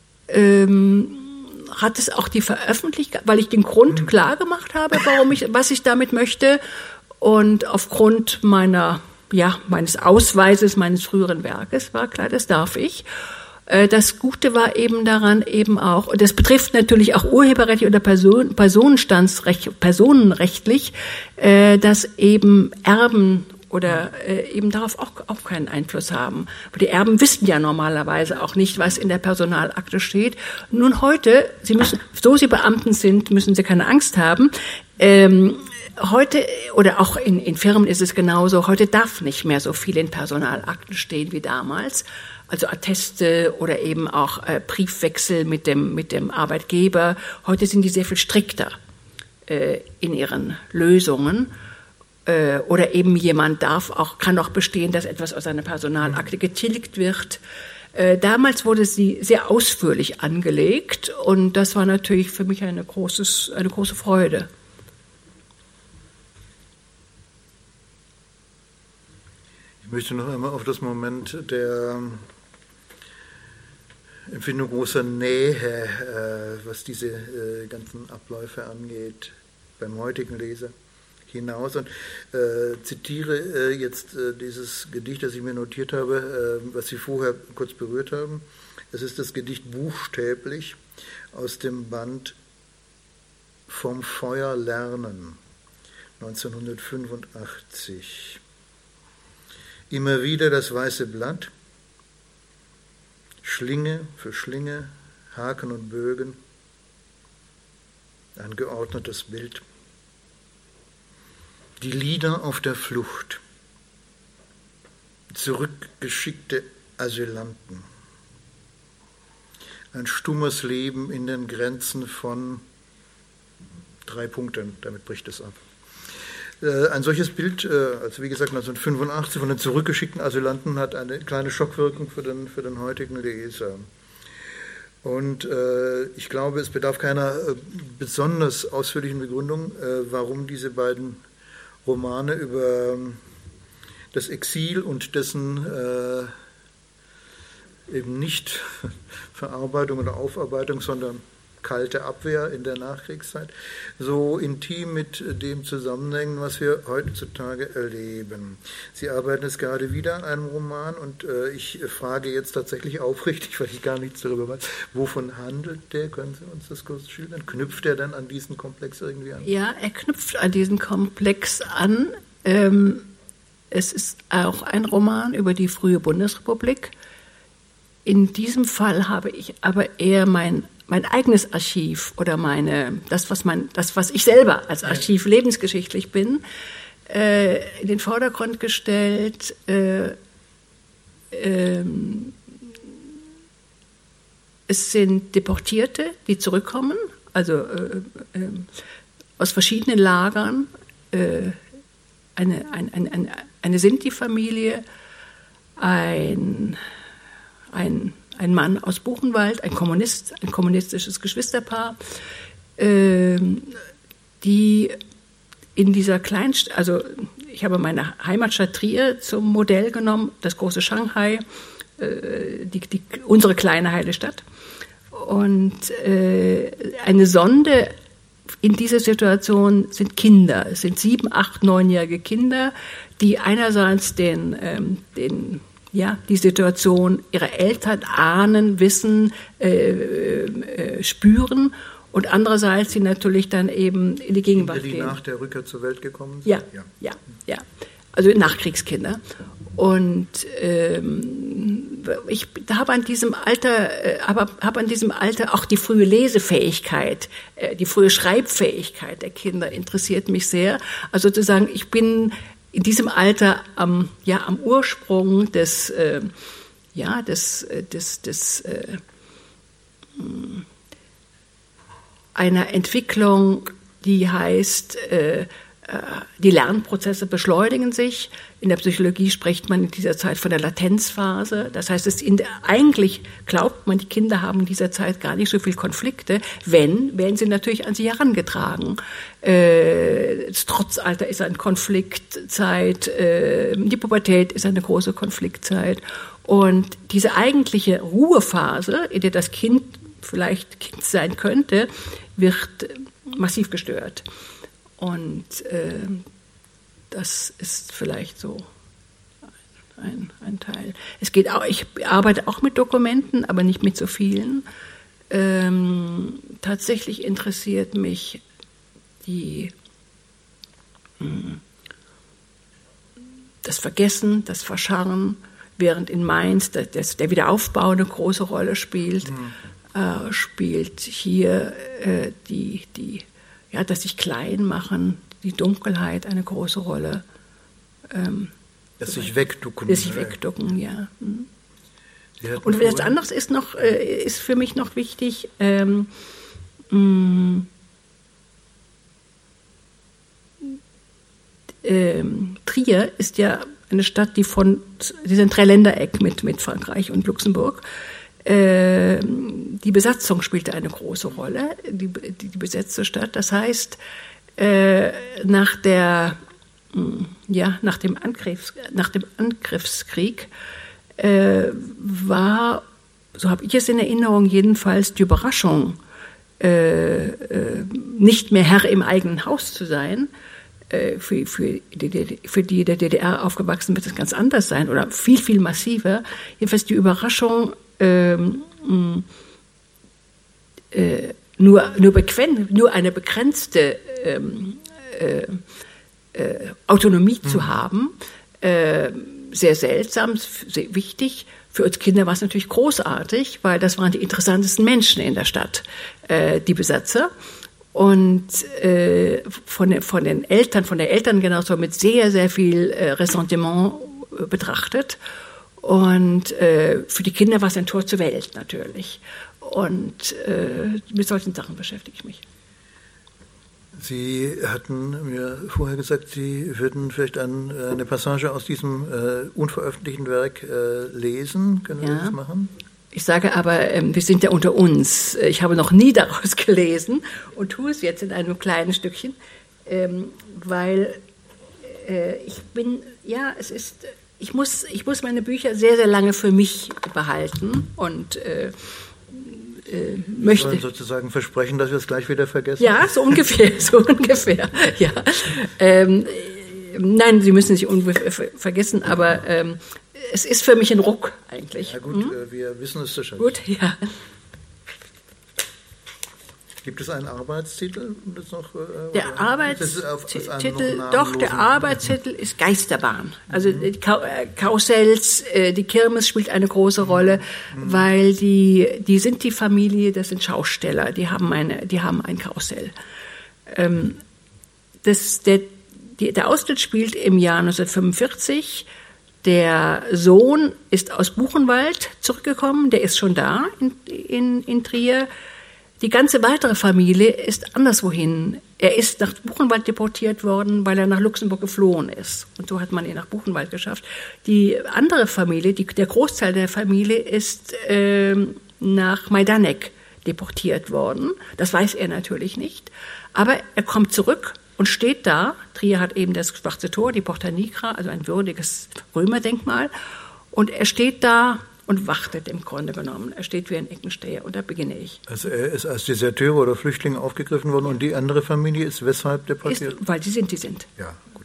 ähm, hat es auch die Veröffentlichung, weil ich den Grund klar gemacht habe, warum ich, was ich damit möchte, und aufgrund meiner, ja, meines Ausweises meines früheren Werkes war klar, das darf ich. Das Gute war eben daran eben auch, und das betrifft natürlich auch Urheberrecht oder Person, Personenstandsrecht, personenrechtlich, dass eben Erben oder äh, eben darauf auch, auch keinen Einfluss haben. Aber die Erben wissen ja normalerweise auch nicht, was in der Personalakte steht. Nun heute, sie müssen, so sie Beamten sind, müssen sie keine Angst haben. Ähm, heute, oder auch in, in Firmen ist es genauso, heute darf nicht mehr so viel in Personalakten stehen wie damals. Also Atteste oder eben auch äh, Briefwechsel mit dem, mit dem Arbeitgeber. Heute sind die sehr viel strikter äh, in ihren Lösungen. Oder eben jemand darf auch, kann auch bestehen, dass etwas aus einer Personalakte getilgt wird. Damals wurde sie sehr ausführlich angelegt und das war natürlich für mich eine, großes, eine große Freude. Ich möchte noch einmal auf das Moment der Empfindung großer Nähe, was diese ganzen Abläufe angeht, beim heutigen Leser hinaus und äh, zitiere äh, jetzt äh, dieses Gedicht, das ich mir notiert habe, äh, was Sie vorher kurz berührt haben. Es ist das Gedicht Buchstäblich aus dem Band Vom Feuer lernen, neunzehnhundertfünfundachtzig. Immer wieder das weiße Blatt, Schlinge für Schlinge, Haken und Bögen, ein geordnetes Bild. Die Lieder auf der Flucht, zurückgeschickte Asylanten, ein stummes Leben in den Grenzen von drei Punkten, damit bricht es ab. Ein solches Bild, also wie gesagt neunzehnhundertfünfundachtzig, von den zurückgeschickten Asylanten hat eine kleine Schockwirkung für den, für den heutigen Leser. Und äh, ich glaube, es bedarf keiner äh, besonders ausführlichen Begründung, äh, warum diese beiden Romane über das Exil und dessen äh, eben nicht Verarbeitung oder Aufarbeitung, sondern kalte Abwehr in der Nachkriegszeit, so intim mit dem zusammenhängen, was wir heutzutage erleben. Sie arbeiten jetzt gerade wieder an einem Roman und äh, ich frage jetzt tatsächlich aufrichtig, weil ich gar nichts darüber weiß, wovon handelt der? Können Sie uns das kurz schildern? Knüpft er dann an diesen Komplex irgendwie an? Ja, er knüpft an diesen Komplex an. Ähm, es ist auch ein Roman über die frühe Bundesrepublik. In diesem Fall habe ich aber eher mein mein eigenes Archiv oder meine, das, was mein, das, was ich selber als Archiv lebensgeschichtlich bin, äh, in den Vordergrund gestellt. Äh, ähm, es sind Deportierte, die zurückkommen, also äh, äh, aus verschiedenen Lagern äh, eine, ein, ein, ein, eine Sinti-Familie, ein, ein, ein Mann aus Buchenwald, ein Kommunist, ein kommunistisches Geschwisterpaar, äh, die in dieser Kleinstadt, also ich habe meine Heimatstadt Trier zum Modell genommen, das große Shanghai, äh, die, die, unsere kleine heile Stadt. Und äh, eine Sonde in dieser Situation sind Kinder, es sind sieben, acht, neunjährige Kinder, die einerseits den, ähm, den, ja, die Situation ihrer Eltern ahnen, wissen, äh, äh, spüren und andererseits sie natürlich dann eben in die Gegenwart Kinder, die gehen. nach der Rückkehr zur Welt gekommen sind? Ja, ja, ja, ja. Also Nachkriegskinder. Und ähm, ich habe an diesem Alter, äh, habe, habe an diesem Alter auch die frühe Lesefähigkeit, äh, die frühe Schreibfähigkeit der Kinder interessiert mich sehr. Also zu sagen, ich bin in diesem Alter am, ja, am Ursprung des, äh, ja, des, äh, des, des äh, einer Entwicklung, die heißt, äh, die Lernprozesse beschleunigen sich. In der Psychologie spricht man in dieser Zeit von der Latenzphase. Das heißt, es in der, eigentlich glaubt man, die Kinder haben in dieser Zeit gar nicht so viel Konflikte. Wenn, werden sie natürlich an sie herangetragen. Äh, das Trotzalter ist eine Konfliktzeit. Äh, die Pubertät ist eine große Konfliktzeit. Und diese eigentliche Ruhephase, in der das Kind vielleicht Kind sein könnte, wird massiv gestört. Und äh, das ist vielleicht so ein, ein Teil. Es geht auch, ich arbeite auch mit Dokumenten, aber nicht mit so vielen. Ähm, tatsächlich interessiert mich die, mh, das Vergessen, das Verscharren, während in Mainz das, das, der Wiederaufbau eine große Rolle spielt, mhm. äh, spielt hier äh, die, die ja, das sich klein machen, die Dunkelheit eine große Rolle. Ähm, das sich wegducken. Das sich wegducken, ja. Mhm. Und das andere ist noch, äh, ist für mich noch wichtig, ähm, mh, ähm, Trier ist ja eine Stadt, die von, die ist ein Dreiländereck mit, mit Frankreich und Luxemburg. Die Besatzung spielte eine große Rolle, die, die, die besetzte Stadt. Das heißt, äh, nach, der, ja, nach, dem Angriffs, nach dem Angriffskrieg äh, war, so habe ich es in Erinnerung, jedenfalls die Überraschung, äh, äh, nicht mehr Herr im eigenen Haus zu sein. Äh, für, für, die, für die der D D R aufgewachsen wird das ganz anders sein oder viel, viel massiver. Jedenfalls die Überraschung, Ähm, äh, nur, nur, bequem, nur eine begrenzte ähm, äh, äh, Autonomie mhm. zu haben, äh, sehr seltsam, sehr wichtig. Für uns Kinder war es natürlich großartig, weil das waren die interessantesten Menschen in der Stadt, äh, die Besatzer. Und äh, von, den, von den Eltern, von der Elterngeneration mit sehr, sehr viel äh, Ressentiment äh, betrachtet. Und äh, für die Kinder war es ein Tor zur Welt natürlich. Und äh, mit solchen Sachen beschäftige ich mich. Sie hatten mir vorher gesagt, Sie würden vielleicht ein, eine Passage aus diesem äh, unveröffentlichten Werk äh, lesen. Können Sie ja. das machen? Ich sage aber, ähm, wir sind ja unter uns. Ich habe noch nie daraus gelesen und tue es jetzt in einem kleinen Stückchen, ähm, weil äh, ich bin, ja, es ist... Ich muss, ich muss meine Bücher sehr, sehr lange für mich behalten und äh, äh, möchte... Sie wollen sozusagen versprechen, dass wir es gleich wieder vergessen? Ja, so ungefähr, so ungefähr, ja. Ähm, nein, Sie müssen es nicht unbe- vergessen, aber ähm, es ist für mich ein Ruck eigentlich. Ja gut, hm? wir wissen es zu schätzen. Gut, ja. Gibt es einen Arbeitstitel? Das noch, äh, der Arbeitstitel, doch, der Arbeitstitel ist Geisterbahn. Also die Ka- äh, Karussells, äh, die Kirmes spielt eine große Rolle, mhm. weil die, die sind die Familie, das sind Schausteller, die haben, eine, die haben ein Karussell. Ähm, das, der, die, der Ausschnitt spielt im Jahr neunzehnhundertfünfundvierzig. Der Sohn ist aus Buchenwald zurückgekommen, der ist schon da in, in, in Trier. Die ganze weitere Familie ist anderswohin. Er ist nach Buchenwald deportiert worden, weil er nach Luxemburg geflohen ist. Und so hat man ihn nach Buchenwald geschafft. Die andere Familie, die, der Großteil der Familie ist äh, nach Majdanek deportiert worden. Das weiß er natürlich nicht. Aber er kommt zurück und steht da. Trier hat eben das Schwarze Tor, die Porta Nigra, also ein würdiges Römerdenkmal. Und er steht da und wartet im Grunde genommen. Er steht wie ein Eckensteher und da beginne ich. Also er ist als Deserteur oder Flüchtling aufgegriffen worden und die andere Familie ist weshalb deportiert? Ist, weil sie sind, die sind. Ja, gut.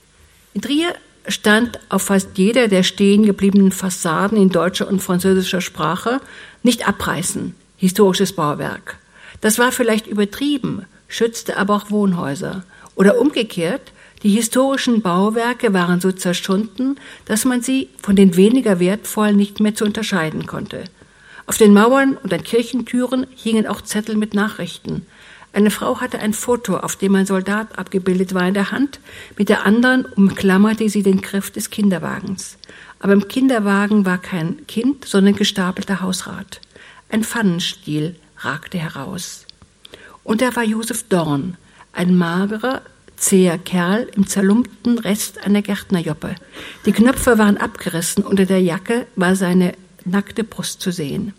In Trier stand auf fast jeder der stehen gebliebenen Fassaden in deutscher und französischer Sprache nicht abreißen, historisches Bauwerk. Das war vielleicht übertrieben, schützte aber auch Wohnhäuser. Oder umgekehrt, die historischen Bauwerke waren so zerschunden, dass man sie von den weniger wertvollen nicht mehr zu unterscheiden konnte. Auf den Mauern und an Kirchentüren hingen auch Zettel mit Nachrichten. Eine Frau hatte ein Foto, auf dem ein Soldat abgebildet war, in der Hand. Mit der anderen umklammerte sie den Griff des Kinderwagens. Aber im Kinderwagen war kein Kind, sondern gestapelter Hausrat. Ein Pfannenstiel ragte heraus. Und da war Josef Dorn, ein magerer, zäher Kerl im zerlumpten Rest einer Gärtnerjoppe. Die Knöpfe waren abgerissen, unter der Jacke war seine nackte Brust zu sehen.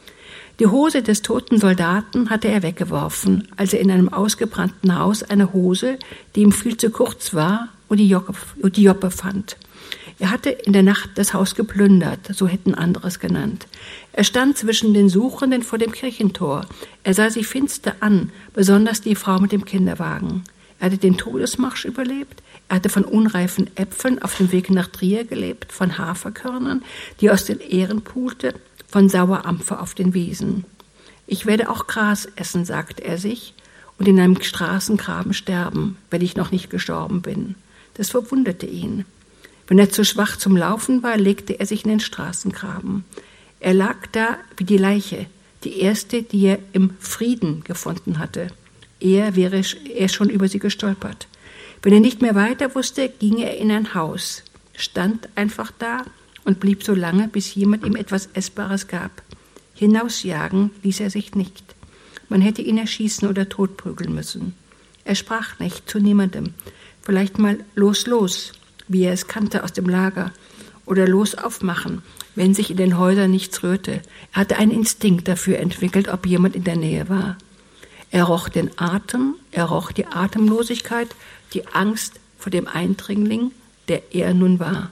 Die Hose des toten Soldaten hatte er weggeworfen, als er in einem ausgebrannten Haus eine Hose, die ihm viel zu kurz war, und die Joppe, und die Joppe fand. Er hatte in der Nacht das Haus geplündert, so hätten andere es genannt. Er stand zwischen den Suchenden vor dem Kirchentor. Er sah sie finster an, besonders die Frau mit dem Kinderwagen. Er hatte den Todesmarsch überlebt. Er hatte von unreifen Äpfeln auf dem Weg nach Trier gelebt, von Haferkörnern, die aus den Ähren pulte, von Sauerampfer auf den Wiesen. Ich werde auch Gras essen, sagte er sich, und in einem Straßengraben sterben, wenn ich noch nicht gestorben bin. Das verwunderte ihn. Wenn er zu schwach zum Laufen war, legte er sich in den Straßengraben. Er lag da wie die Leiche, die erste, die er im Frieden gefunden hatte. Er wäre er schon über sie gestolpert. Wenn er nicht mehr weiter wusste, ging er in ein Haus, stand einfach da und blieb so lange, bis jemand ihm etwas Essbares gab. Hinausjagen ließ er sich nicht. Man hätte ihn erschießen oder totprügeln müssen. Er sprach nicht zu niemandem. Vielleicht mal los, los, wie er es kannte aus dem Lager, oder los aufmachen, wenn sich in den Häusern nichts rührte. Er hatte einen Instinkt dafür entwickelt, ob jemand in der Nähe war. Er roch den Atem, er roch die Atemlosigkeit, die Angst vor dem Eindringling, der er nun war.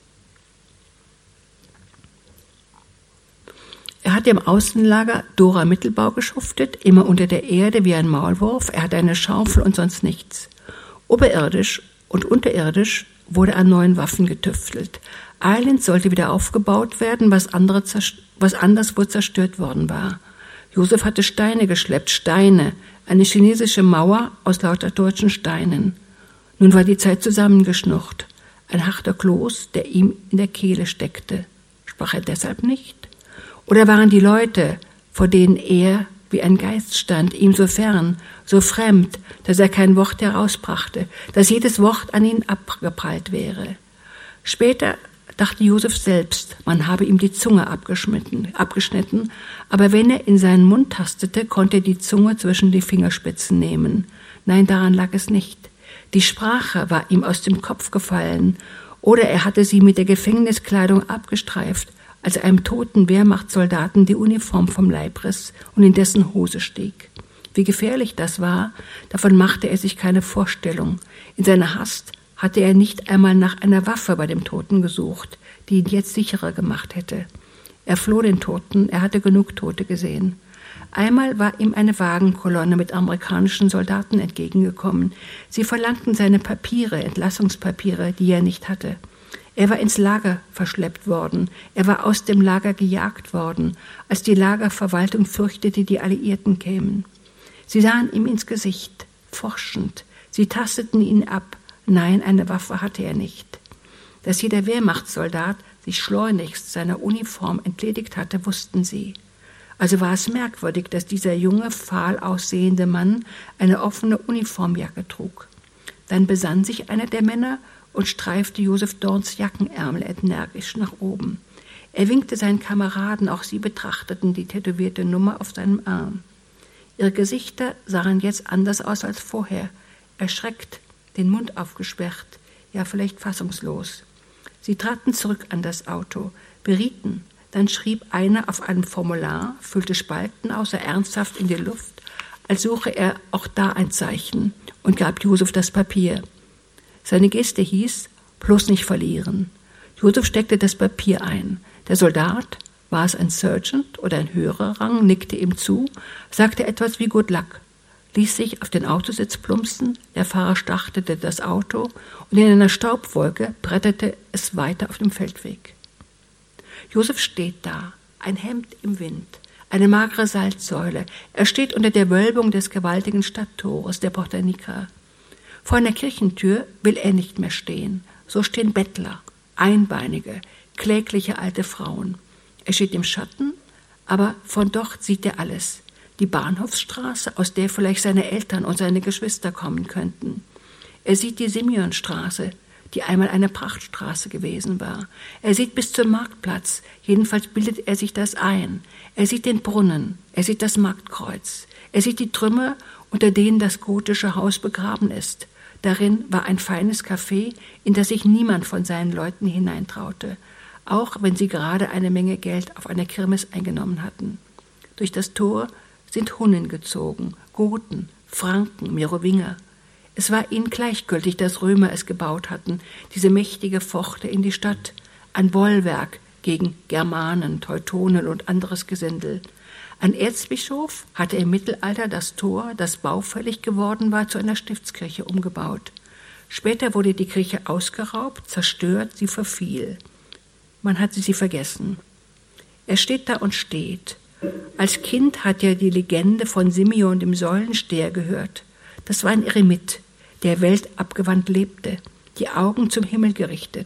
Er hatte im Außenlager Dora Mittelbau geschuftet, immer unter der Erde wie ein Maulwurf. Er hatte eine Schaufel und sonst nichts. Oberirdisch und unterirdisch wurde an neuen Waffen getüftelt. Eilends sollte wieder aufgebaut werden, was, andere was anderswo zerstört worden war. Josef hatte Steine geschleppt, Steine, eine chinesische Mauer aus lauter deutschen Steinen. Nun war die Zeit zusammengeschnurrt. Ein harter Kloß, der ihm in der Kehle steckte. Sprach er deshalb nicht? Oder waren die Leute, vor denen er wie ein Geist stand, ihm so fern, so fremd, dass er kein Wort herausbrachte, dass jedes Wort an ihn abgeprallt wäre? Später dachte Josef selbst, man habe ihm die Zunge abgeschnitten, abgeschnitten, aber wenn er in seinen Mund tastete, konnte er die Zunge zwischen die Fingerspitzen nehmen. Nein, daran lag es nicht. Die Sprache war ihm aus dem Kopf gefallen, oder er hatte sie mit der Gefängniskleidung abgestreift, als er einem toten Wehrmachtssoldaten die Uniform vom Leib riss und in dessen Hose stieg. Wie gefährlich das war, davon machte er sich keine Vorstellung. In seiner Hast hatte er nicht einmal nach einer Waffe bei dem Toten gesucht, die ihn jetzt sicherer gemacht hätte. Er floh den Toten, er hatte genug Tote gesehen. Einmal war ihm eine Wagenkolonne mit amerikanischen Soldaten entgegengekommen. Sie verlangten seine Papiere, Entlassungspapiere, die er nicht hatte. Er war ins Lager verschleppt worden. Er war aus dem Lager gejagt worden, als die Lagerverwaltung fürchtete, die Alliierten kämen. Sie sahen ihm ins Gesicht, forschend. Sie tasteten ihn ab. Nein, eine Waffe hatte er nicht. Dass jeder Wehrmachtssoldat sich schleunigst seiner Uniform entledigt hatte, wussten sie. Also war es merkwürdig, dass dieser junge, fahl aussehende Mann eine offene Uniformjacke trug. Dann besann sich einer der Männer und streifte Josef Dorns Jackenärmel energisch nach oben. Er winkte seinen Kameraden, auch sie betrachteten die tätowierte Nummer auf seinem Arm. Ihre Gesichter sahen jetzt anders aus als vorher, erschreckt, den Mund aufgesperrt, ja vielleicht fassungslos. Sie traten zurück an das Auto, berieten, dann schrieb einer auf einem Formular, füllte Spalten aus, er ernsthaft in die Luft, als suche er auch da ein Zeichen, und gab Josef das Papier. Seine Geste hieß, bloß nicht verlieren. Josef steckte das Papier ein. Der Soldat, war es ein Sergeant oder ein höherer Rang, nickte ihm zu, sagte etwas wie Good Luck, ließ sich auf den Autositz plumpsen, der Fahrer startete das Auto und in einer Staubwolke bretterte es weiter auf dem Feldweg. Josef steht da, ein Hemd im Wind, eine magere Salzsäule. Er steht unter der Wölbung des gewaltigen Stadttores, der Porta Nigra. Vor einer Kirchentür will er nicht mehr stehen. So stehen Bettler, einbeinige, klägliche alte Frauen. Er steht im Schatten, aber von dort sieht er alles. Die Bahnhofsstraße, aus der vielleicht seine Eltern und seine Geschwister kommen könnten. Er sieht die Simeonstraße, die einmal eine Prachtstraße gewesen war. Er sieht bis zum Marktplatz, jedenfalls bildet er sich das ein. Er sieht den Brunnen, er sieht das Marktkreuz, er sieht die Trümmer, unter denen das gotische Haus begraben ist. Darin war ein feines Café, in das sich niemand von seinen Leuten hineintraute, auch wenn sie gerade eine Menge Geld auf einer Kirmes eingenommen hatten. Durch das Tor sind Hunnen gezogen, Goten, Franken, Merowinger. Es war ihnen gleichgültig, dass Römer es gebaut hatten, diese mächtige Pforte in die Stadt, ein Bollwerk gegen Germanen, Teutonen und anderes Gesindel. Ein Erzbischof hatte im Mittelalter das Tor, das baufällig geworden war, zu einer Stiftskirche umgebaut. Später wurde die Kirche ausgeraubt, zerstört, sie verfiel. Man hatte sie vergessen. Er steht da und steht. Als Kind hat er die Legende von Simeon, dem Säulensteher, gehört. Das war ein Eremit, der weltabgewandt lebte, die Augen zum Himmel gerichtet.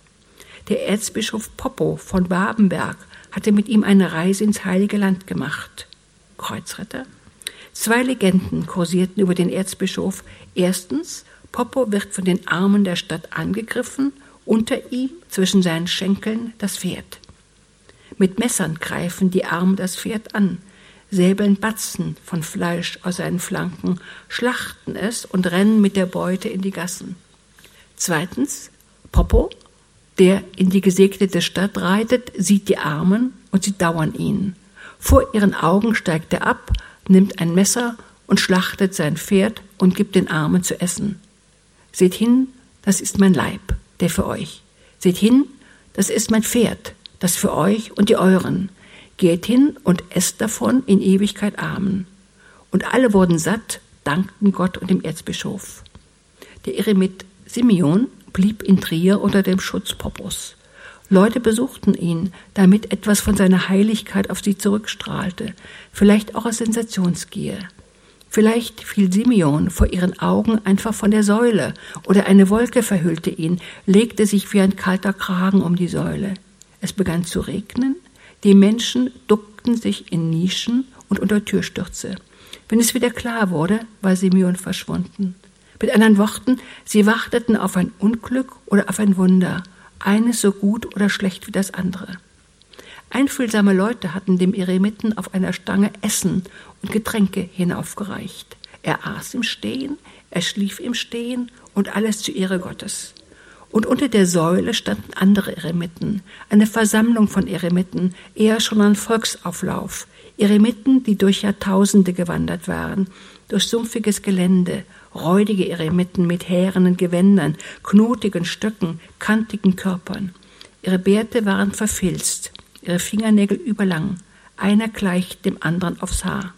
Der Erzbischof Poppo von Babenberg hatte mit ihm eine Reise ins Heilige Land gemacht. Kreuzritter? Zwei Legenden kursierten über den Erzbischof. Erstens, Poppo wird von den Armen der Stadt angegriffen, unter ihm zwischen seinen Schenkeln das Pferd. Mit Messern greifen die Armen das Pferd an, säbeln Batzen von Fleisch aus seinen Flanken, schlachten es und rennen mit der Beute in die Gassen. Zweitens, Poppo, der in die gesegnete Stadt reitet, sieht die Armen und sie dauern ihn. Vor ihren Augen steigt er ab, nimmt ein Messer und schlachtet sein Pferd und gibt den Armen zu essen. Seht hin, das ist mein Leib, der für euch. Seht hin, das ist mein Pferd, das für euch und die euren. Geht hin und esst davon in Ewigkeit Amen. Und alle wurden satt, dankten Gott und dem Erzbischof. Der Eremit Simeon blieb in Trier unter dem Schutz Poppos. Leute besuchten ihn, damit etwas von seiner Heiligkeit auf sie zurückstrahlte, vielleicht auch aus Sensationsgier. Vielleicht fiel Simeon vor ihren Augen einfach von der Säule oder eine Wolke verhüllte ihn, legte sich wie ein kalter Kragen um die Säule. Es begann zu regnen, die Menschen duckten sich in Nischen und unter Türstürze. Wenn es wieder klar wurde, war Simeon verschwunden. Mit anderen Worten, sie warteten auf ein Unglück oder auf ein Wunder, eines so gut oder schlecht wie das andere. Einfühlsame Leute hatten dem Eremiten auf einer Stange Essen und Getränke hinaufgereicht. Er aß im Stehen, er schlief im Stehen und alles zur Ehre Gottes. Und unter der Säule standen andere Eremiten, eine Versammlung von Eremiten, eher schon ein Volksauflauf. Eremiten, die durch Jahrtausende gewandert waren, durch sumpfiges Gelände, räudige Eremiten mit härenen Gewändern, knotigen Stöcken, kantigen Körpern. Ihre Bärte waren verfilzt, ihre Fingernägel überlang, einer gleicht dem anderen aufs Haar.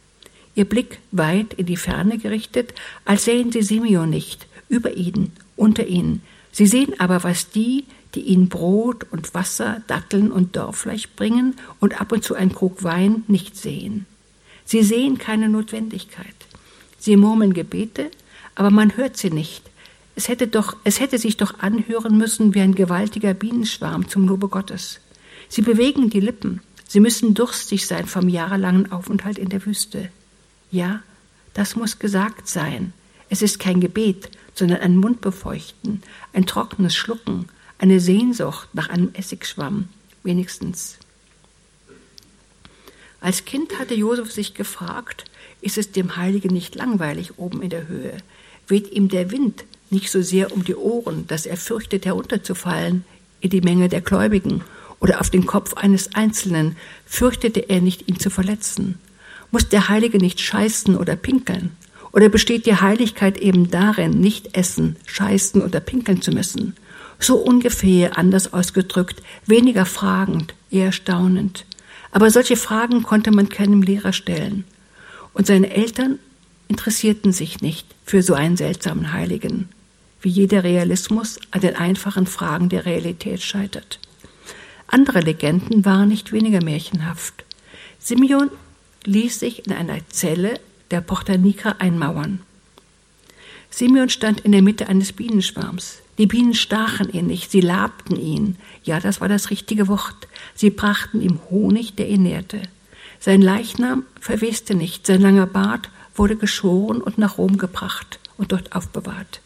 Ihr Blick weit in die Ferne gerichtet, als sähen sie Simeon nicht, über ihnen, unter ihnen. Sie sehen aber, was die, die ihnen Brot und Wasser, Datteln und Dorffleisch bringen und ab und zu einen Krug Wein, nicht sehen. Sie sehen keine Notwendigkeit. Sie murmeln Gebete, aber man hört sie nicht. Es hätte doch, es hätte sich doch anhören müssen wie ein gewaltiger Bienenschwarm zum Lobe Gottes. Sie bewegen die Lippen. Sie müssen durstig sein vom jahrelangen Aufenthalt in der Wüste. Ja, das muss gesagt sein. Es ist kein Gebet, sondern ein Mundbefeuchten, ein trockenes Schlucken, eine Sehnsucht nach einem Essigschwamm, wenigstens. Als Kind hatte Josef sich gefragt, Ist es dem Heiligen nicht langweilig oben in der Höhe? Weht ihm der Wind nicht so sehr um die Ohren, dass er fürchtet, herunterzufallen in die Menge der Gläubigen oder auf den Kopf eines Einzelnen? Fürchtete er nicht, ihn zu verletzen? Muss der Heilige nicht scheißen oder pinkeln? Oder besteht die Heiligkeit eben darin, nicht essen, scheißen oder pinkeln zu müssen? So ungefähr, anders ausgedrückt, weniger fragend, eher staunend. Aber solche Fragen konnte man keinem Lehrer stellen. Und seine Eltern interessierten sich nicht für so einen seltsamen Heiligen, wie jeder Realismus an den einfachen Fragen der Realität scheitert. Andere Legenden waren nicht weniger märchenhaft. Simeon ließ sich in einer Zelle der Porta Nigra einmauern. Simeon stand in der Mitte eines Bienenschwarms. Die Bienen stachen ihn nicht, sie labten ihn. Ja, das war das richtige Wort. Sie brachten ihm Honig, der ihn nährte. Sein Leichnam verweste nicht, sein langer Bart wurde geschoren und nach Rom gebracht und dort aufbewahrt.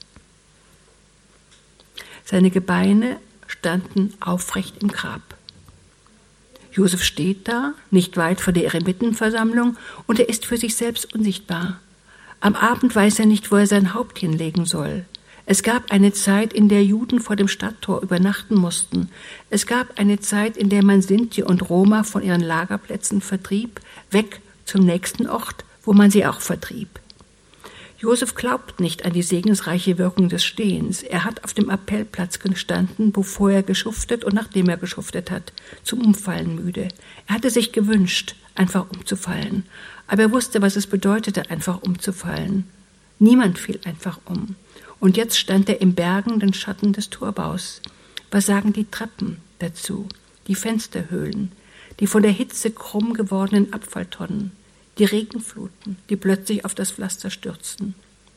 Seine Gebeine standen aufrecht im Grab. Josef steht da, nicht weit vor der Eremitenversammlung, und er ist für sich selbst unsichtbar. Am Abend weiß er nicht, wo er sein Haupt hinlegen soll. Es gab eine Zeit, in der Juden vor dem Stadttor übernachten mussten. Es gab eine Zeit, in der man Sinti und Roma von ihren Lagerplätzen vertrieb, weg zum nächsten Ort, wo man sie auch vertrieb. Josef glaubt nicht an die segensreiche Wirkung des Stehens. Er hat auf dem Appellplatz gestanden, bevor er geschuftet und nachdem er geschuftet hat, zum Umfallen müde. Er hatte sich gewünscht, einfach umzufallen. Aber er wusste, was es bedeutete, einfach umzufallen. Niemand fiel einfach um. Und jetzt stand er im bergenden Schatten des Torbaus. Was sagen die Treppen dazu? Die Fensterhöhlen, die von der Hitze krumm gewordenen Abfalltonnen, die Regenfluten, die plötzlich auf das Pflaster stürzten.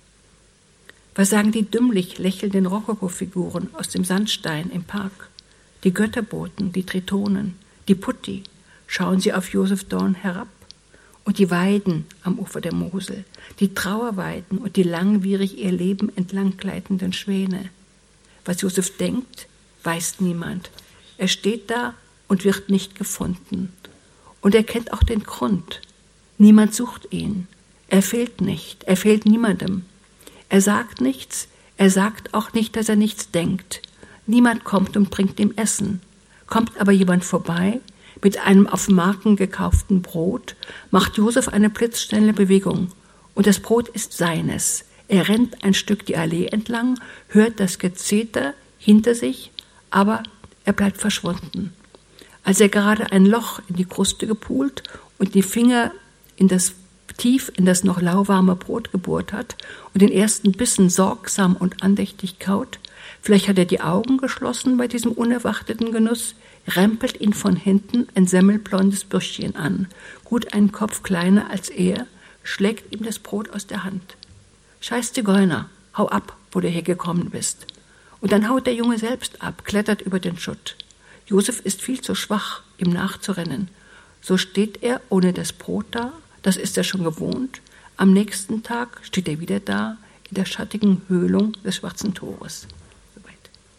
Was sagen die dümmlich lächelnden Rokoko-Figuren aus dem Sandstein im Park? Die Götterboten, die Tritonen, die Putti, schauen sie auf Josef Dorn herab? Und die Weiden am Ufer der Mosel, die Trauerweiden und die langwierig ihr Leben entlanggleitenden Schwäne. Was Josef denkt, weiß niemand. Er steht da und wird nicht gefunden. Und er kennt auch den Grund. Niemand sucht ihn. Er fehlt nicht. Er fehlt niemandem. Er sagt nichts. Er sagt auch nicht, dass er nichts denkt. Niemand kommt und bringt ihm Essen. Kommt aber jemand vorbei mit einem auf Marken gekauften Brot, macht Josef eine blitzschnelle Bewegung. Und das Brot ist seines. Er rennt ein Stück die Allee entlang, hört das Gezeter hinter sich, aber er bleibt verschwunden. Als er gerade ein Loch in die Kruste gepult und die Finger in das, tief in das noch lauwarme Brot gebohrt hat und den ersten Bissen sorgsam und andächtig kaut, vielleicht hat er die Augen geschlossen bei diesem unerwarteten Genuss, rempelt ihn von hinten ein semmelblondes Bürschchen an, gut einen Kopf kleiner als er, schlägt ihm das Brot aus der Hand. Scheiß Zigeuner, hau ab, wo du hergekommen bist. Und dann haut der Junge selbst ab, klettert über den Schutt. Josef ist viel zu schwach, ihm nachzurennen. So steht er ohne das Brot da, das ist er schon gewohnt. Am nächsten Tag steht er wieder da, in der schattigen Höhlung des Schwarzen Tores. Soweit.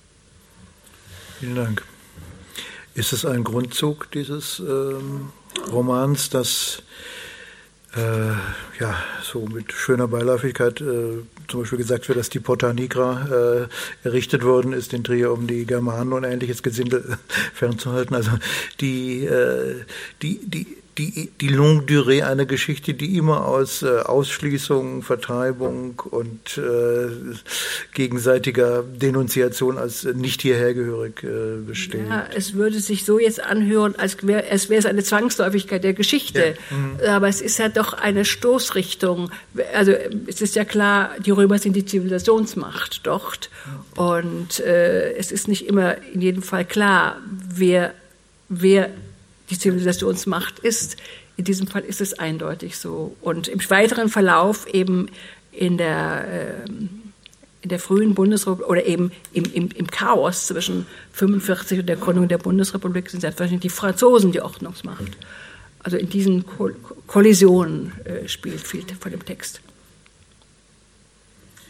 Vielen Dank. Ist es ein Grundzug dieses ähm, Romans, dass äh, ja, so mit schöner Beiläufigkeit äh, zum Beispiel gesagt wird, dass die Porta Nigra äh, errichtet worden ist in Trier, um die Germanen und ähnliches Gesindel fernzuhalten. Also die, äh, die, die, die, die Longue Durée einer Geschichte, die immer aus äh, Ausschließung, Vertreibung und äh, gegenseitiger Denunziation als nicht hierhergehörig äh, besteht. Ja, es würde sich so jetzt anhören, als wäre es wäre eine Zwangsläufigkeit der Geschichte. Ja. Mhm. Aber es ist ja doch eine Stoßrichtung. Also es ist ja klar, die Römer sind die Zivilisationsmacht dort. Und äh, es ist nicht immer in jedem Fall klar, wer, wer die Zivilisationsmacht ist. In diesem Fall ist es eindeutig so. Und im weiteren Verlauf eben in der, äh, in der frühen Bundesrepublik oder eben im, im, im Chaos zwischen fünfundvierzig und der Gründung der Bundesrepublik sind selbstverständlich die Franzosen die Ordnungsmacht. Also in diesen Ko- Kollisionen äh, spielt viel von dem Text. Ich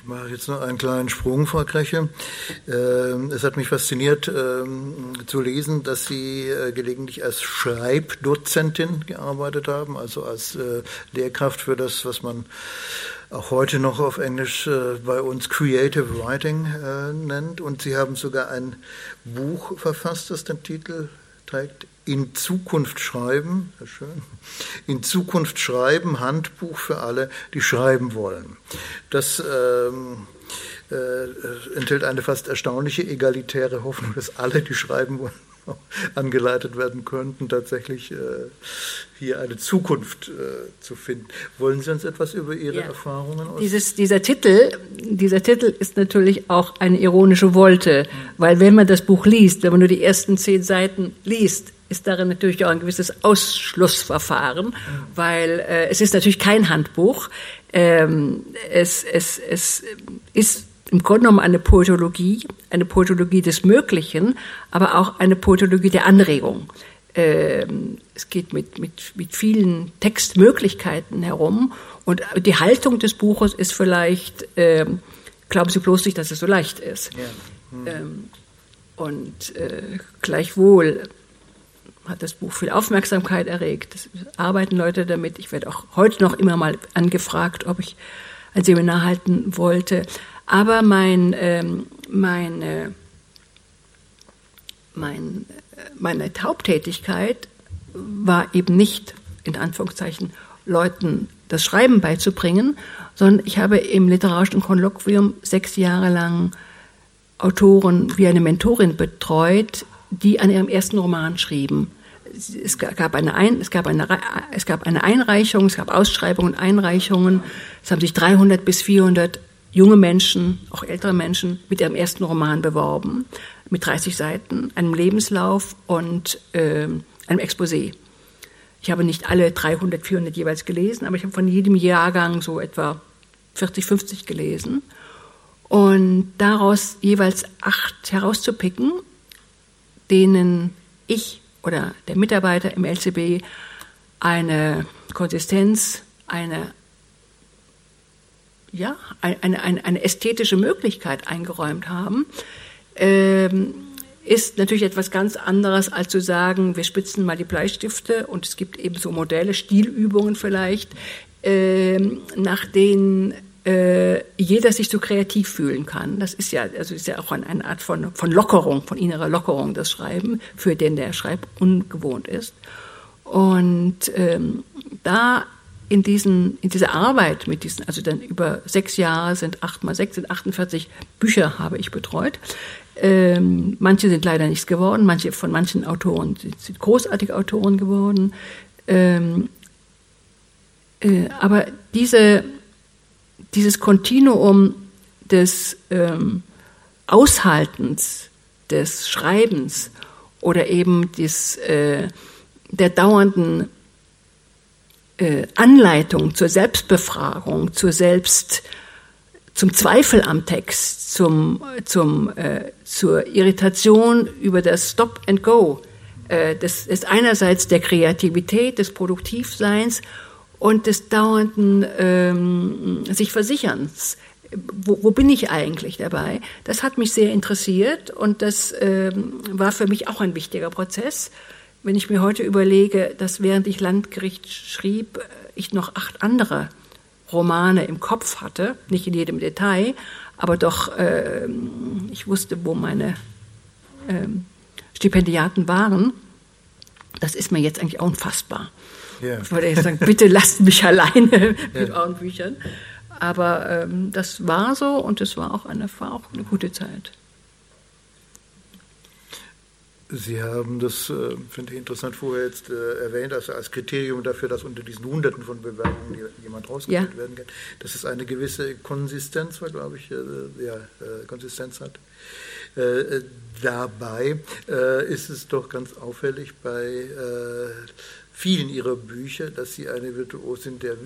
Ich mache jetzt noch einen kleinen Sprung, Frau Kreche. Es hat mich fasziniert zu lesen, dass Sie gelegentlich als Schreibdozentin gearbeitet haben, also als Lehrkraft für das, was man auch heute noch auf Englisch bei uns Creative Writing nennt. Und Sie haben sogar ein Buch verfasst, das den Titel trägt, In Zukunft schreiben, sehr schön, In Zukunft schreiben, Handbuch für alle, die schreiben wollen. Das ähm, äh, enthält eine fast erstaunliche egalitäre Hoffnung, dass alle, die schreiben wollen, angeleitet werden könnten, tatsächlich äh, hier eine Zukunft äh, zu finden. Wollen Sie uns etwas über Ihre ja. Erfahrungen aus? Dieses, dieser Titel, dieser Titel ist natürlich auch eine ironische Wolte, mhm. weil wenn man das Buch liest, wenn man nur die ersten zehn Seiten liest, ist darin natürlich auch ein gewisses Ausschlussverfahren, mhm. weil äh, es ist natürlich kein Handbuch. Ähm, es, es, es ist im Grunde genommen eine Poetologie, eine Poetologie des Möglichen, aber auch eine Poetologie der Anregung. Ähm, es geht mit, mit, mit vielen Textmöglichkeiten herum und die Haltung des Buches ist vielleicht, ähm, glauben Sie bloß nicht, dass es so leicht ist. Ja. Mhm. Ähm, und äh, gleichwohl hat das Buch viel Aufmerksamkeit erregt. Es arbeiten Leute damit. Ich werde auch heute noch immer mal angefragt, ob ich ein Seminar halten wollte. Aber mein, ähm, meine, mein, meine Haupttätigkeit war eben nicht, in Anführungszeichen, Leuten das Schreiben beizubringen, sondern ich habe im literarischen Kolloquium sechs Jahre lang Autoren wie eine Mentorin betreut, die an ihrem ersten Roman schrieben. Es gab eine, Ein, es gab eine, es gab eine Einreichung, es gab Ausschreibungen und Einreichungen. Es haben sich dreihundert bis vierhundert junge Menschen, auch ältere Menschen, mit ihrem ersten Roman beworben, mit dreißig Seiten, einem Lebenslauf und äh, einem Exposé. Ich habe nicht alle dreihundert, vierhundert jeweils gelesen, aber ich habe von jedem Jahrgang so etwa vierzig, fünfzig gelesen. Und daraus jeweils acht herauszupicken, denen ich oder der Mitarbeiter im L C B eine Konsistenz, eine, ja, eine, eine, eine ästhetische Möglichkeit eingeräumt haben, ähm, ist natürlich etwas ganz anderes, als zu sagen, wir spitzen mal die Bleistifte und es gibt eben so Modelle, Stilübungen vielleicht, ähm, nach denen äh, jeder sich so kreativ fühlen kann. Das ist ja, also ist ja auch eine Art von, von Lockerung, von innerer Lockerung, das Schreiben, für den der Schreib ungewohnt ist. Und ähm, da in diesen, in dieser Arbeit mit diesen, also dann über sechs Jahre sind acht mal sechs, sind achtundvierzig Bücher habe ich betreut. Ähm, manche sind leider nichts geworden, manche von manchen Autoren sind, sind großartige Autoren geworden. Ähm, äh, aber diese Dieses Kontinuum des ähm, Aushaltens, des Schreibens oder eben des, äh, der dauernden äh, Anleitung zur Selbstbefragung, zur Selbst, zum Zweifel am Text, zum, zum, äh, zur Irritation über das Stop and Go. Äh, das ist einerseits der Kreativität, des Produktivseins und des dauernden ähm, sich Versicherns. Wo, wo bin ich eigentlich dabei? Das hat mich sehr interessiert und das ähm, war für mich auch ein wichtiger Prozess. Wenn ich mir heute überlege, dass während ich Landgericht schrieb, ich noch acht andere Romane im Kopf hatte, nicht in jedem Detail, aber doch äh, ich wusste, wo meine äh, Stipendiaten waren. Das ist mir jetzt eigentlich auch unfassbar. Yeah. Ich wollte jetzt sagen, bitte lasst mich alleine mit euren Büchern. Aber ähm, das war so und es war auch eine, war auch eine gute Zeit. Sie haben das, äh, finde ich interessant, vorher jetzt äh, erwähnt, also als Kriterium dafür, dass unter diesen Hunderten von Bewerbungen jemand rausgewählt ja. werden kann, dass es eine gewisse Konsistenz war, glaube ich, äh, ja, äh, Konsistenz hat. Äh, dabei äh, ist es doch ganz auffällig bei äh, vielen ihrer Bücher, dass sie eine Virtuosin der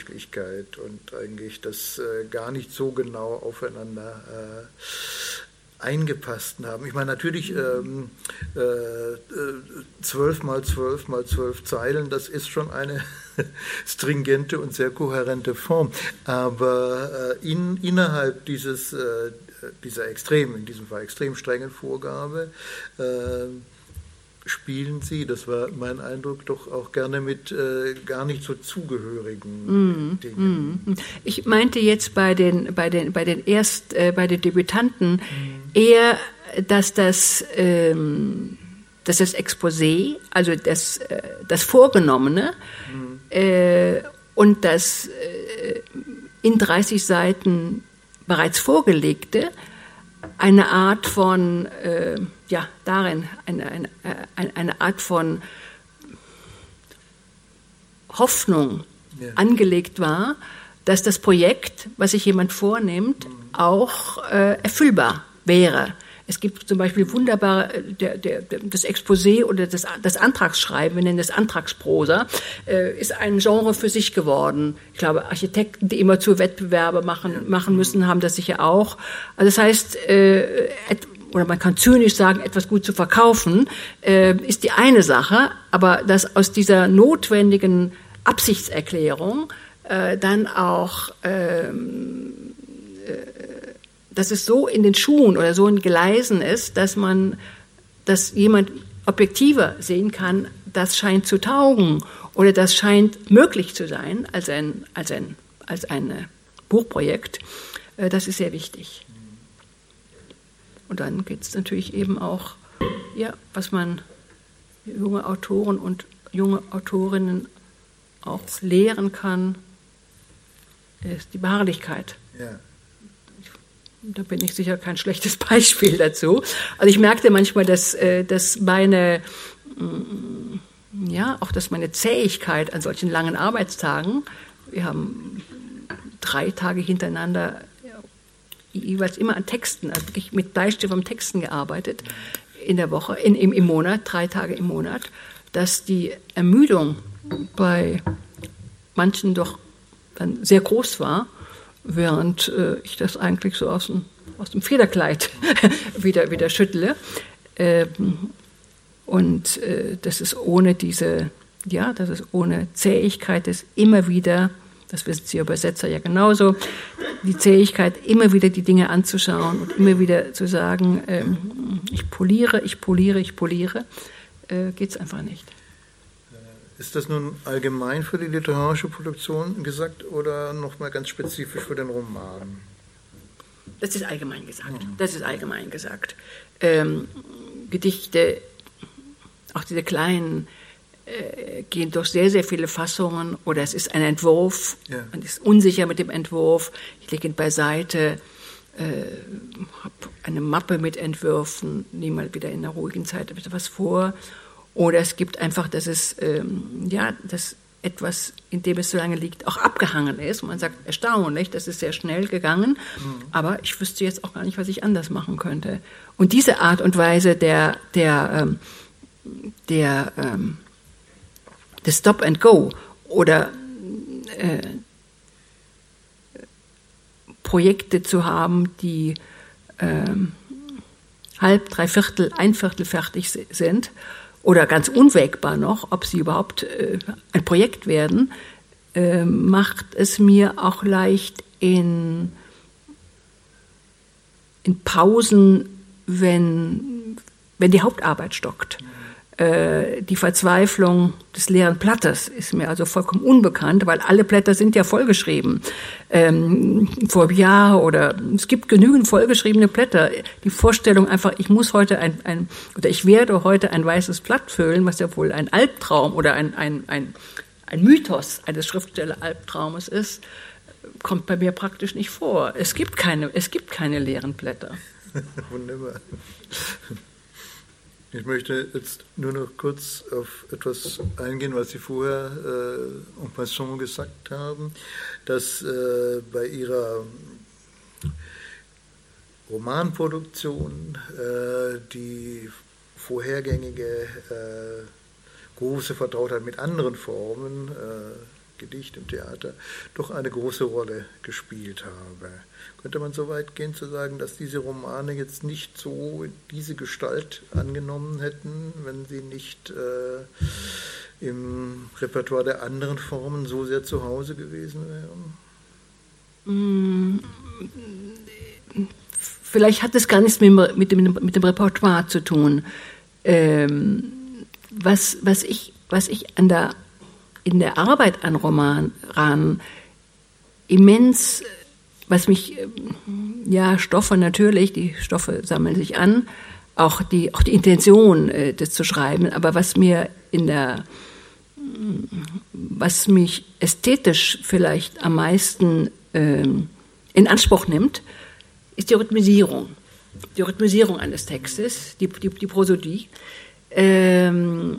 Widersprüchlichkeit und eigentlich das äh, gar nicht so genau aufeinander eingepassten haben. Ich meine, natürlich ähm, äh, zwölf mal zwölf mal zwölf Zeilen, das ist schon eine stringente und sehr kohärente Form. Aber äh, in, innerhalb dieses, äh, dieser extrem, in diesem Fall extrem strengen Vorgabe, äh, spielen Sie, das war mein Eindruck, doch auch gerne mit äh, gar nicht so zugehörigen mm, Dingen. Mm. Ich meinte jetzt bei den, bei den, bei den Erst, äh, bei den Debütanten mm. eher, dass das, ähm, dass das Exposé, also das, äh, das Vorgenommene mm. äh, und das äh, in dreißig Seiten bereits Vorgelegte eine Art von, äh, ja, darin, eine, eine, eine Art von Hoffnung ja. angelegt war, dass das Projekt, was sich jemand vornimmt, mhm. auch äh, erfüllbar wäre. Es gibt zum Beispiel wunderbar der, der, das Exposé oder das, das Antragsschreiben, wir nennen das Antragsprosa, äh, ist ein Genre für sich geworden. Ich glaube, Architekten, die immer zu Wettbewerbe machen, machen müssen, haben das sicher auch. Also das heißt, äh, et, oder man kann zynisch sagen, etwas gut zu verkaufen, äh, ist die eine Sache, aber dass aus dieser notwendigen Absichtserklärung äh, dann auch ähm, äh, dass es so in den Schuhen oder so in Gleisen ist, dass man, dass jemand objektiver sehen kann, das scheint zu taugen oder das scheint möglich zu sein als ein, als ein, als ein Buchprojekt. Das ist sehr wichtig. Und dann geht es natürlich eben auch, ja, was man junge Autoren und junge Autorinnen auch lehren kann, ist die Beharrlichkeit. Ja. Da bin ich sicher kein schlechtes Beispiel dazu. Also ich merkte manchmal, dass, dass meine, ja, auch dass meine Zähigkeit an solchen langen Arbeitstagen, wir haben drei Tage hintereinander jeweils immer an Texten, also wirklich mit Bleistift am Texten gearbeitet in der Woche, in, im, im Monat, drei Tage im Monat, dass die Ermüdung bei manchen doch dann sehr groß war, während äh, ich das eigentlich so aus dem, aus dem Federkleid wieder, wieder schüttle. Ähm, und äh, das ist ohne diese, ja, das ist ohne Zähigkeit, das immer wieder, das wissen Sie Übersetzer ja genauso, die Zähigkeit, immer wieder die Dinge anzuschauen und immer wieder zu sagen, ähm, ich poliere, ich poliere, ich poliere, äh, geht es einfach nicht. Ist das nun allgemein für die literarische Produktion gesagt oder nochmal ganz spezifisch für den Roman? Das ist allgemein gesagt. Mhm. Das ist allgemein gesagt. Ähm, Gedichte, auch diese kleinen, äh, gehen durch sehr, sehr viele Fassungen oder es ist ein Entwurf, ja. Man ist unsicher mit dem Entwurf, ich lege ihn beiseite, äh, habe eine Mappe mit Entwürfen, nehme mal wieder in einer ruhigen Zeit etwas vor. Oder es gibt einfach, dass es, ähm, ja, dass etwas, in dem es so lange liegt, auch abgehangen ist. Und man sagt, erstaunlich, das ist sehr schnell gegangen, mhm. aber ich wüsste jetzt auch gar nicht, was ich anders machen könnte. Und diese Art und Weise der, der, ähm, der, ähm, der Stop and Go oder äh, Projekte zu haben, die ähm, halb, drei Viertel, ein Viertel fertig sind, oder ganz unwägbar noch, ob sie überhaupt äh, ein Projekt werden, äh, macht es mir auch leicht in, in Pausen, wenn, wenn die Hauptarbeit stockt. Äh, die Verzweiflung des leeren Blattes ist mir also vollkommen unbekannt, weil alle Blätter sind ja vollgeschrieben. Ähm, vor einem Jahr oder es gibt genügend vollgeschriebene Blätter. Die Vorstellung einfach, ich muss heute ein, ein oder ich werde heute ein weißes Blatt füllen, was ja wohl ein Albtraum oder ein, ein, ein, ein Mythos eines Schriftsteller-Albtraumes ist, kommt bei mir praktisch nicht vor. Es gibt keine, es gibt keine leeren Blätter. Wunderbar. Ich möchte jetzt nur noch kurz auf etwas eingehen, was Sie vorher äh, en passant gesagt haben, dass äh, bei Ihrer Romanproduktion äh, die vorhergängige äh, große Vertrautheit mit anderen Formen, äh, Gedicht, im Theater doch eine große Rolle gespielt habe. Könnte man so weit gehen zu sagen, dass diese Romane jetzt nicht so diese Gestalt angenommen hätten, wenn sie nicht äh, im Repertoire der anderen Formen so sehr zu Hause gewesen wären? Vielleicht hat es gar nichts mit, mit, dem, mit dem Repertoire zu tun. Ähm, was, was ich, was ich an der, in der Arbeit an Romanen immens, was mich, ja, Stoffe natürlich, die Stoffe sammeln sich an, auch die, auch die Intention, äh, das zu schreiben, aber was mir in der, was mich ästhetisch vielleicht am meisten äh, in Anspruch nimmt, ist die Rhythmisierung. Die Rhythmisierung eines Textes, die, die, die Prosodie. Ähm,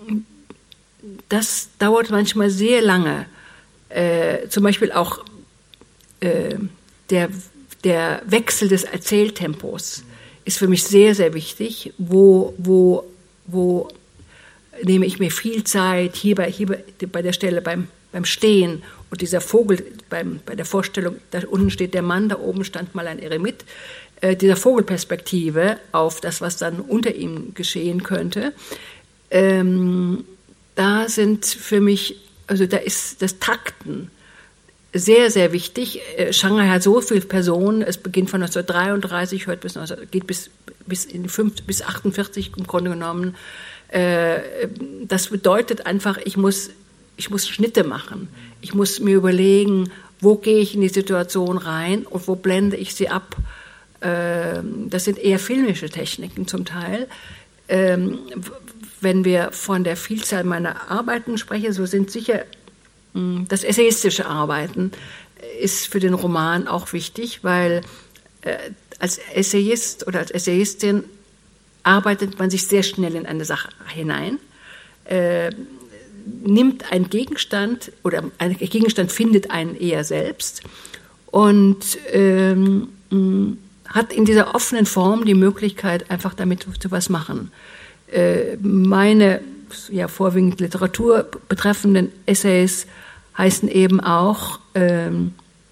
das dauert manchmal sehr lange. Äh, zum Beispiel auch äh, der, der Wechsel des Erzähltempos ist für mich sehr, sehr wichtig. Wo, wo, wo nehme ich mir viel Zeit, hier bei, hier bei, bei der Stelle beim, beim Stehen und dieser Vogel, beim, bei der Vorstellung, da unten steht der Mann, da oben stand mal ein Eremit, äh, dieser Vogelperspektive auf das, was dann unter ihm geschehen könnte, ähm, da sind für mich, also da ist das Takten sehr, sehr wichtig. Äh, Shanghai hat so viele Personen, es beginnt von neunzehnhundertdreiunddreißig, hört bis, geht bis, bis, in fünf, bis achtundvierzig im Grunde genommen. Äh, das bedeutet einfach, ich muss, ich muss Schnitte machen. Ich muss mir überlegen, wo gehe ich in die Situation rein und wo blende ich sie ab. Äh, das sind eher filmische Techniken zum Teil. Ähm, wenn wir von der Vielzahl meiner Arbeiten sprechen, so sind sicher mh, das essayistische Arbeiten ist für den Roman auch wichtig, weil äh, als Essayist oder als Essayistin arbeitet man sich sehr schnell in eine Sache hinein, äh, nimmt einen Gegenstand oder ein Gegenstand findet einen eher selbst und ähm, hat in dieser offenen Form die Möglichkeit, einfach damit zu was machen. Äh, meine ja, vorwiegend Literatur betreffenden Essays heißen eben auch, ähm,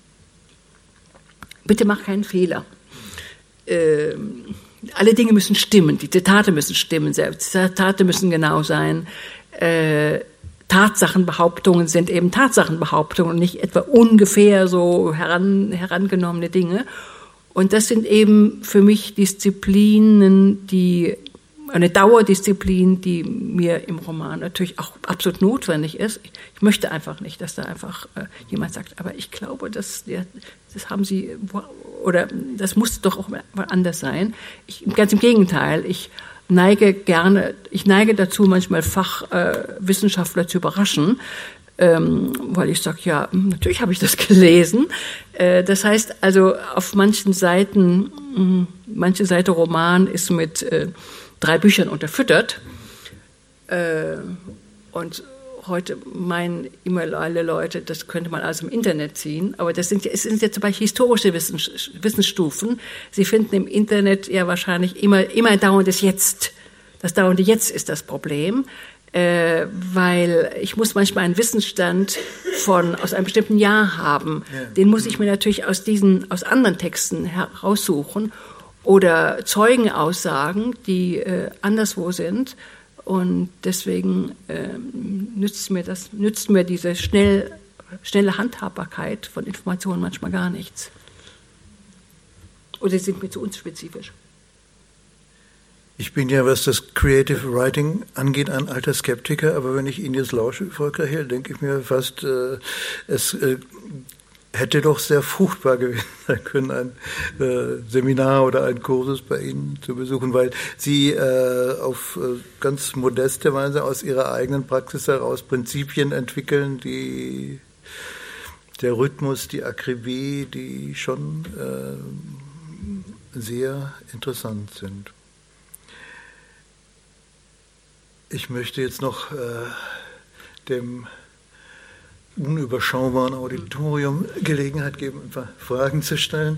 bitte mach keinen Fehler. Ähm, alle Dinge müssen stimmen, die Zitate müssen stimmen, die Zitate müssen genau sein. Äh, Tatsachenbehauptungen sind eben Tatsachenbehauptungen und nicht etwa ungefähr so heran, herangenommene Dinge. Und das sind eben für mich Disziplinen, die eine Dauerdisziplin, die mir im Roman natürlich auch absolut notwendig ist. Ich möchte einfach nicht, dass da einfach äh, jemand sagt, aber ich glaube, das, das haben Sie, oder das muss doch auch mal anders sein. Ich, ganz im Gegenteil, ich neige gerne, ich neige dazu, manchmal Fachwissenschaftler äh, zu überraschen, ähm, weil ich sage, ja, natürlich habe ich das gelesen. Äh, das heißt also, auf manchen Seiten, mh, manche Seite Roman ist mit äh, drei Büchern unterfüttert. Äh, und heute meinen immer alle Leute, das könnte man alles im Internet ziehen. Aber das sind, es sind ja zum Beispiel historische Wissens, Wissensstufen. Sie finden im Internet ja wahrscheinlich immer, immer dauerndes Jetzt. Das dauernde Jetzt ist das Problem. Äh, weil ich muss manchmal einen Wissensstand von, aus einem bestimmten Jahr haben. Ja. Den muss ich mir natürlich aus diesen, aus anderen Texten heraussuchen. Oder Zeugenaussagen, die äh, anderswo sind. Und deswegen äh, nützt mir das, nützt mir diese schnell, schnelle Handhabbarkeit von Informationen manchmal gar nichts. Oder sie sind mir zu unspezifisch. Ich bin ja, was das Creative Writing angeht, ein alter Skeptiker, aber wenn ich Ihnen jetzt lausche, Volker Hehl, denke ich mir fast, äh, es äh, hätte doch sehr fruchtbar gewesen sein können, ein äh, Seminar oder ein Kursus bei Ihnen zu besuchen, weil Sie äh, auf äh, ganz modeste Weise aus Ihrer eigenen Praxis heraus Prinzipien entwickeln, die der Rhythmus, die Akribie, die schon äh, sehr interessant sind. Ich möchte jetzt noch äh, dem unüberschaubaren Auditorium Gelegenheit geben, ein paar Fragen zu stellen.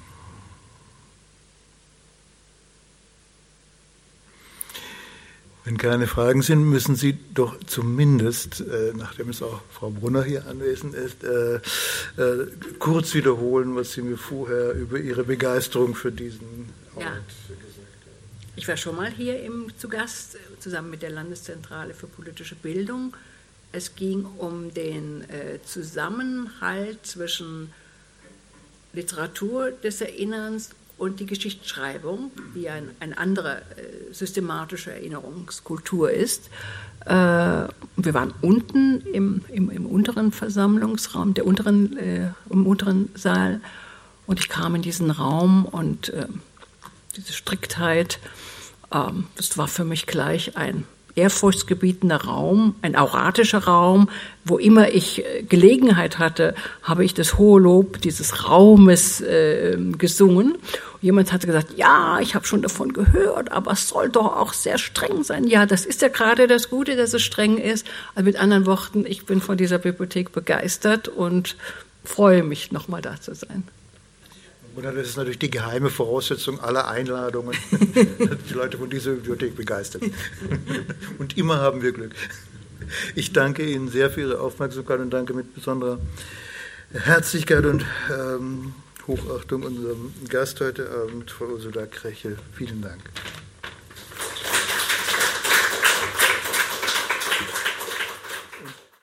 Wenn Wenn keine Fragen sind, müssen Sie doch zumindest, äh, nachdem es auch Frau Brunner hier anwesend ist, äh, äh, kurz wiederholen, was Sie mir vorher über Ihre Begeisterung für diesen Ort ja. gesagt haben. Ich war schon mal hier im, zu Gast, zusammen mit der Landeszentrale für politische Bildung. Es ging um den äh, Zusammenhalt zwischen Literatur des Erinnerns und die Geschichtsschreibung, die ein, eine andere äh, systematische Erinnerungskultur ist. Äh, wir waren unten im, im, im unteren Versammlungsraum, der unteren, äh, im unteren Saal, und ich kam in diesen Raum und äh, diese Striktheit, äh, das war für mich gleich ein ehrfurchtsgebietender Raum, ein auratischer Raum. Wo immer ich Gelegenheit hatte, habe ich das hohe Lob dieses Raumes äh, gesungen. Und jemand hatte gesagt, ja, ich habe schon davon gehört, aber es soll doch auch sehr streng sein. Ja, das ist ja gerade das Gute, dass es streng ist. Also mit anderen Worten, ich bin von dieser Bibliothek begeistert und freue mich, nochmal da zu sein. Und das ist natürlich die geheime Voraussetzung aller Einladungen, dass die Leute von dieser Bibliothek begeistert sind. Und immer haben wir Glück. Ich danke Ihnen sehr für Ihre Aufmerksamkeit und danke mit besonderer Herzlichkeit und ähm, Hochachtung unserem Gast heute Abend, Frau Ursula Krechel. Vielen Dank.